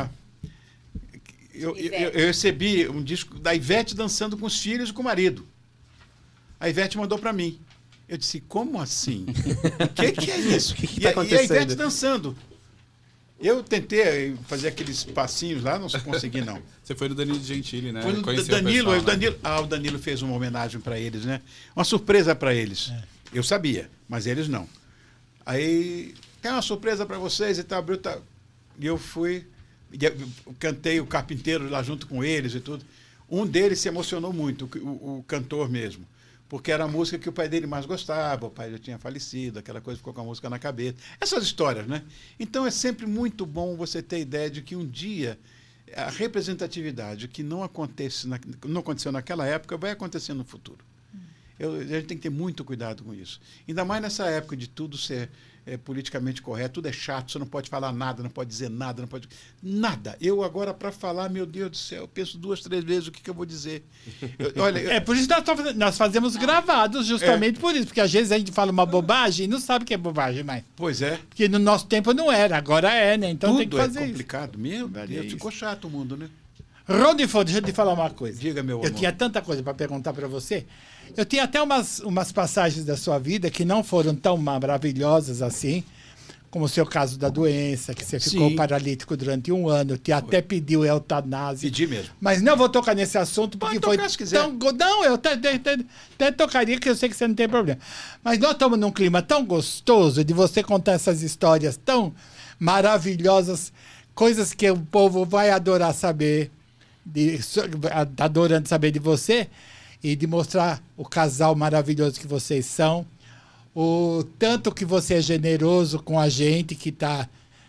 eu recebi um disco da Ivete dançando com os filhos e com o marido. A Ivete mandou para mim. Eu disse, como assim? O que é isso? que tá E a acontecendo? Ivete dançando. Eu tentei fazer aqueles passinhos lá, não consegui, não. Você foi no Danilo Gentili, né? Foi no Conheceu Danilo, pessoal, né? o Danilo fez uma homenagem para eles, né? Uma surpresa para eles. Eu sabia, mas eles não. Aí, tem uma surpresa para vocês e tal. E eu fui, eu cantei o Carpinteiro lá junto com eles e tudo. Um deles se emocionou muito, o cantor mesmo. Porque era a música que o pai dele mais gostava, o pai já tinha falecido, aquela coisa ficou com a música na cabeça. Essas histórias, né? Então é sempre muito bom você ter ideia de que um dia a representatividade que não aconteceu naquela época vai acontecer no futuro. A gente tem que ter muito cuidado com isso. Ainda mais nessa época de tudo ser politicamente correto, tudo é chato, você não pode falar nada, não pode dizer nada, não pode... Nada. Eu agora, para falar, meu Deus do céu, eu penso 2, 3 vezes o que eu vou dizer. É por isso que nós fazemos gravados, justamente por isso. Porque às vezes a gente fala uma bobagem e não sabe que é bobagem mais. Pois é. Porque no nosso tempo não era, agora é, né? Então tem que Tudo fazer é isso. complicado. Meu Olha Deus, isso. ficou chato o mundo, né? Rony Von, deixa eu te falar uma coisa. Diga, meu Eu amor. tinha tanta coisa para perguntar para você. Eu tinha até umas passagens da sua vida que não foram tão maravilhosas assim, como o seu caso da doença, que você ficou Sim. paralítico durante 1 ano, te até pediu eutanásia. Pedi mesmo. Mas não vou tocar nesse assunto porque Pode tocar foi se quiser. tão... Não, eu até tocaria, que eu sei que você não tem problema. Mas nós estamos num clima tão gostoso de você contar essas histórias tão maravilhosas, coisas que o povo vai adorar saber, adorando saber de você, e de mostrar o casal maravilhoso que vocês são, o tanto que você é generoso com a gente que está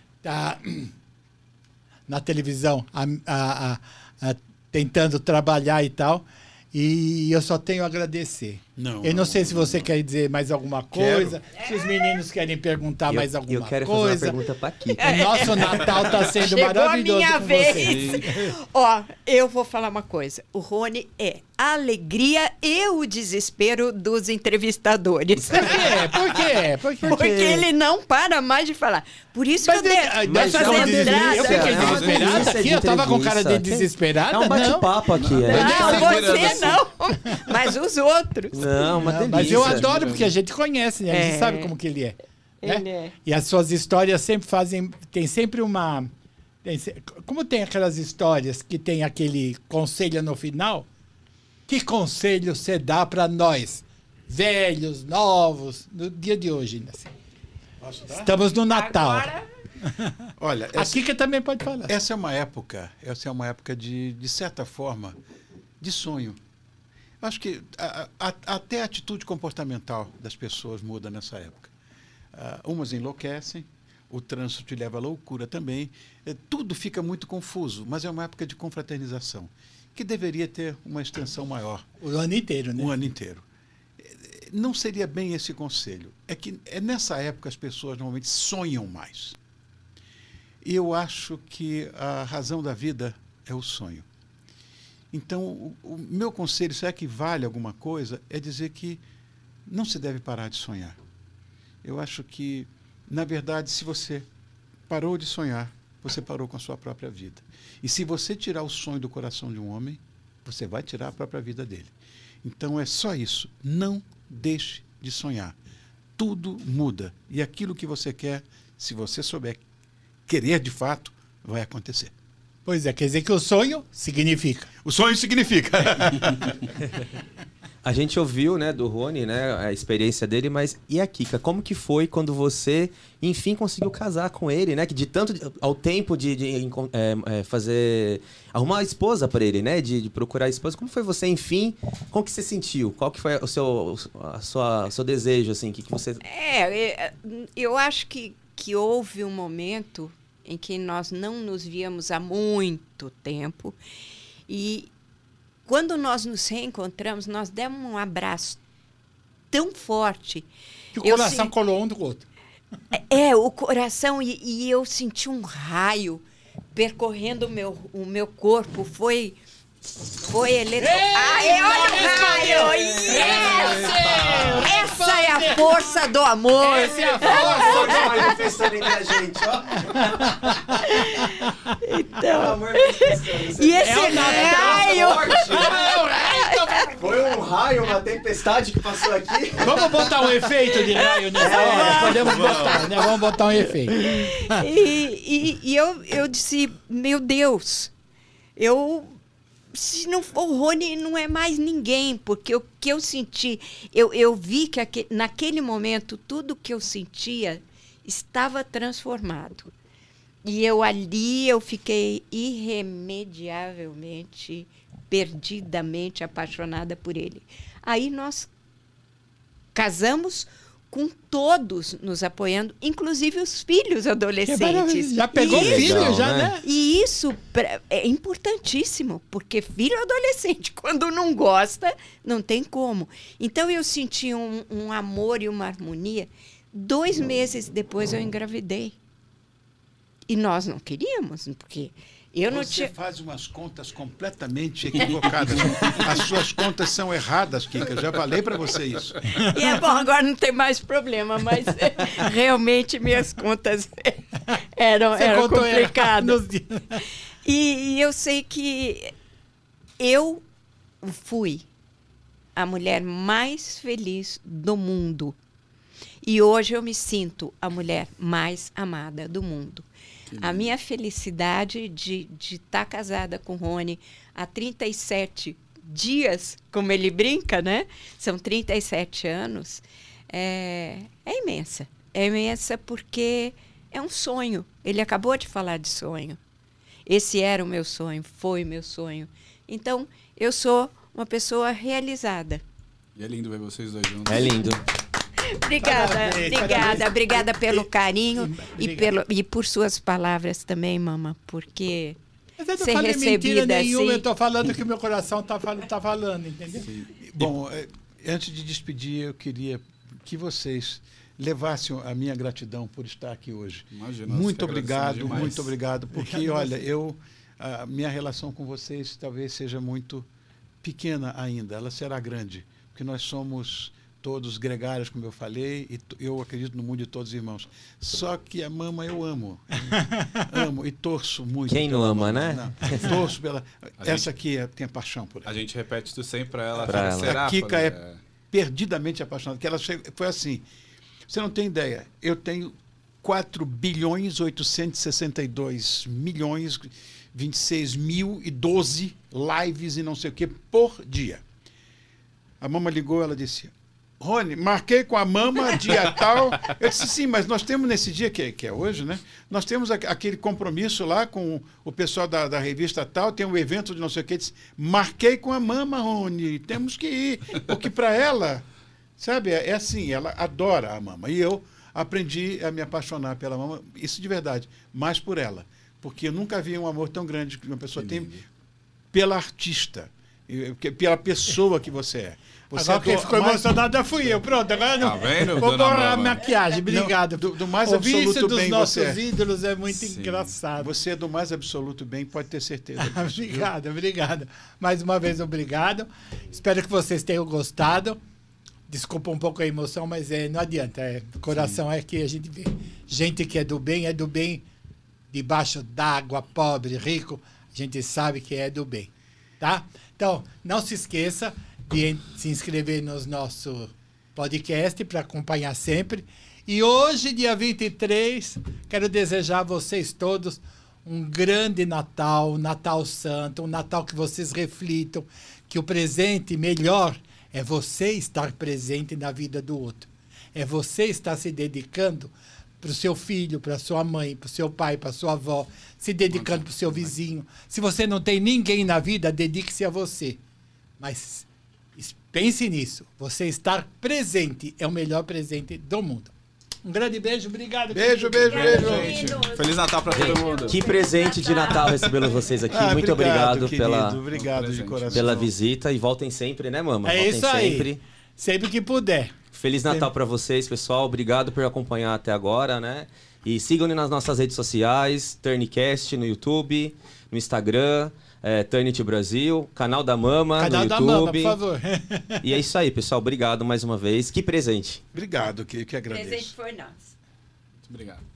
na televisão tentando trabalhar e tal. E eu só tenho a agradecer. Eu não sei se você quer dizer mais alguma coisa, se os meninos querem perguntar mais alguma Eu quero coisa. fazer uma pergunta pra Kika. O nosso Natal está sendo Chegou maravilhoso a minha com vez. você. Ó, eu vou falar uma coisa. O Rony é a alegria e o desespero dos entrevistadores. Por quê? Por quê? Porque ele não para mais de falar. Por isso Mas que eu ele- dei mas essa calma, entrada. eu fiquei Não, desesperada delícia aqui, de eu tava com cara de entrevista. desesperada, É um bate-papo aqui. Não, Não, você não. Mas os outros. Não, uma delícia. Mas eu adoro porque a gente conhece, né? A gente É. sabe como que ele é. né? Ele é. E as suas histórias sempre fazem... Tem sempre uma... Como tem aquelas histórias que tem aquele conselho no final, que conselho você dá para nós, velhos, novos, no dia de hoje? Né? Posso dar? Estamos no Natal. Agora, Olha, A Kika também pode falar. essa é uma época de certa forma, de sonho. Acho que até a atitude comportamental das pessoas muda nessa época. Umas enlouquecem, o trânsito te leva à loucura também. Tudo fica muito confuso, mas é uma época de confraternização, que deveria ter uma extensão maior. O ano inteiro, né? O ano inteiro. Não seria bem esse conselho. É que nessa época as pessoas normalmente sonham mais. E eu acho que a razão da vida é o sonho. Então, o meu conselho, se é que vale alguma coisa, é dizer que não se deve parar de sonhar. Eu acho que, na verdade, se você parou de sonhar, você parou com a sua própria vida. E se você tirar o sonho do coração de um homem, você vai tirar a própria vida dele. Então é só isso. Não deixe de sonhar. Tudo muda. E aquilo que você quer, se você souber querer de fato, vai acontecer. Pois é, quer dizer que o sonho significa. O sonho significa. A gente ouviu, né, do Rony, né, a experiência dele, mas e a Kika? Como que foi quando você, enfim, conseguiu casar com ele, né? Que de tanto ao tempo de fazer... arrumar uma esposa para ele, né? De procurar a esposa. Como foi você, enfim? Como que você sentiu? Qual que foi o seu desejo, assim? Que você... Eu acho que houve um momento em que nós não nos víamos há muito tempo e quando nós nos reencontramos, nós demos um abraço tão forte. Que o coração colou um do outro. O coração, e eu senti um raio percorrendo o meu corpo. Foi eletro... olha o raio! Yes! Essa é a força do amor! Essa é a força do amor! Manifestando entre a gente, ó. Então... amor manifestando. E esse raio... Foi um raio, uma tempestade que passou aqui. Vamos botar um efeito de raio nessa hora? Podemos botar, né? Vamos botar um efeito. E eu disse, meu Deus, se não for o Rony, não é mais ninguém, porque o que eu senti, eu vi que naquele momento tudo que eu sentia estava transformado. E eu fiquei irremediavelmente, perdidamente apaixonada por ele. Aí nós casamos com todos nos apoiando, inclusive os filhos adolescentes. Já pegou filho, já, né? E isso é importantíssimo, porque filho adolescente, quando não gosta, não tem como. Então, eu senti um amor e uma harmonia. 2 meses depois, eu engravidei. E nós não queríamos, porque... Você faz umas contas completamente equivocadas. As suas contas são erradas, Kika. Já falei para você isso. E é bom, agora não tem mais problema, mas realmente minhas contas eram complicadas. E eu sei que eu fui a mulher mais feliz do mundo. E hoje eu me sinto a mulher mais amada do mundo. A minha felicidade de estar casada com o Rony há 37 dias, como ele brinca, né? São 37 anos. É imensa. É imensa porque é um sonho. Ele acabou de falar de sonho. Esse era o meu sonho, foi o meu sonho. Então, eu sou uma pessoa realizada. E é lindo ver vocês dois juntos. É lindo. Obrigada pelo carinho e por suas palavras também, mama, porque ser recebida nenhuma, assim... Eu estou falando que o meu coração está falando, entendeu? Sim. Bom, antes de despedir, eu queria que vocês levassem a minha gratidão por estar aqui hoje. Imagina, muito obrigado, porque, olha, a minha relação com vocês talvez seja muito pequena ainda, ela será grande, porque nós somos... todos gregários, como eu falei, e eu acredito no mundo de todos os irmãos. Só que a mama eu amo. Amo e torço muito. Quem não ama, né? Não, torço pela... Essa aqui tem paixão por ela. A gente repete isso sempre para ela. A Kika é perdidamente apaixonada. Que ela foi assim, você não tem ideia, eu tenho 4.862.026.012 lives e não sei o que por dia. A mama ligou, ela disse... Rony, marquei com a mama dia tal. Eu disse, sim, mas nós temos nesse dia, que é hoje, né? Nós temos aquele compromisso lá com o pessoal da revista tal, tem um evento de não sei o que. Disse, marquei com a mama, Rony, temos que ir. Porque para ela, sabe, é assim, ela adora a mama. E eu aprendi a me apaixonar pela mama, isso de verdade, mais por ela. Porque eu nunca vi um amor tão grande que uma pessoa tem pela artista, pela pessoa que você é. Agora quem ficou emocionado fui eu. Pronto, agora não. Tá vendo, vou borrar a Mama? Maquiagem. Obrigado. Do mais ouvir absoluto isso dos bem nossos você é. ídolos é muito engraçado. Você é do mais absoluto bem, pode ter certeza. Obrigado. Mais uma vez, obrigado. Espero que vocês tenham gostado. Desculpa um pouco a emoção, mas não adianta. Coração é que a gente vê. Gente que é do bem debaixo d'água, pobre, rico. A gente sabe que é do bem. Tá? Então, não se esqueça de se inscrever no nosso podcast para acompanhar sempre. E hoje, dia 23, quero desejar a vocês todos um grande Natal, um Natal Santo, um Natal que vocês reflitam que o presente melhor é você estar presente na vida do outro. É você estar se dedicando para o seu filho, para a sua mãe, para o seu pai, para a sua avó, se dedicando para o seu vizinho. Se você não tem ninguém na vida, dedique-se a você. Mas pense nisso. Você estar presente é o melhor presente do mundo. Um grande beijo, obrigado. Beijo, querido. beijo, Obrigada, beijo. queridos. Feliz Natal pra todo mundo. Que presente de Natal recebê-los vocês aqui. Muito obrigado querido, pela, obrigado de coração. pela visita. E voltem sempre, né, mama? É Voltem isso aí. sempre. Sempre que puder. Feliz Natal para vocês, pessoal. Obrigado por acompanhar até agora, né? E sigam-nos nas nossas redes sociais, Turncast no YouTube, no Instagram, Turnit Brasil, canal da Mama Canal no da YouTube. Mama, por favor. E é isso aí, pessoal. Obrigado mais uma vez. Que presente. Obrigado, que Presente agradeço. for nós. Muito obrigado.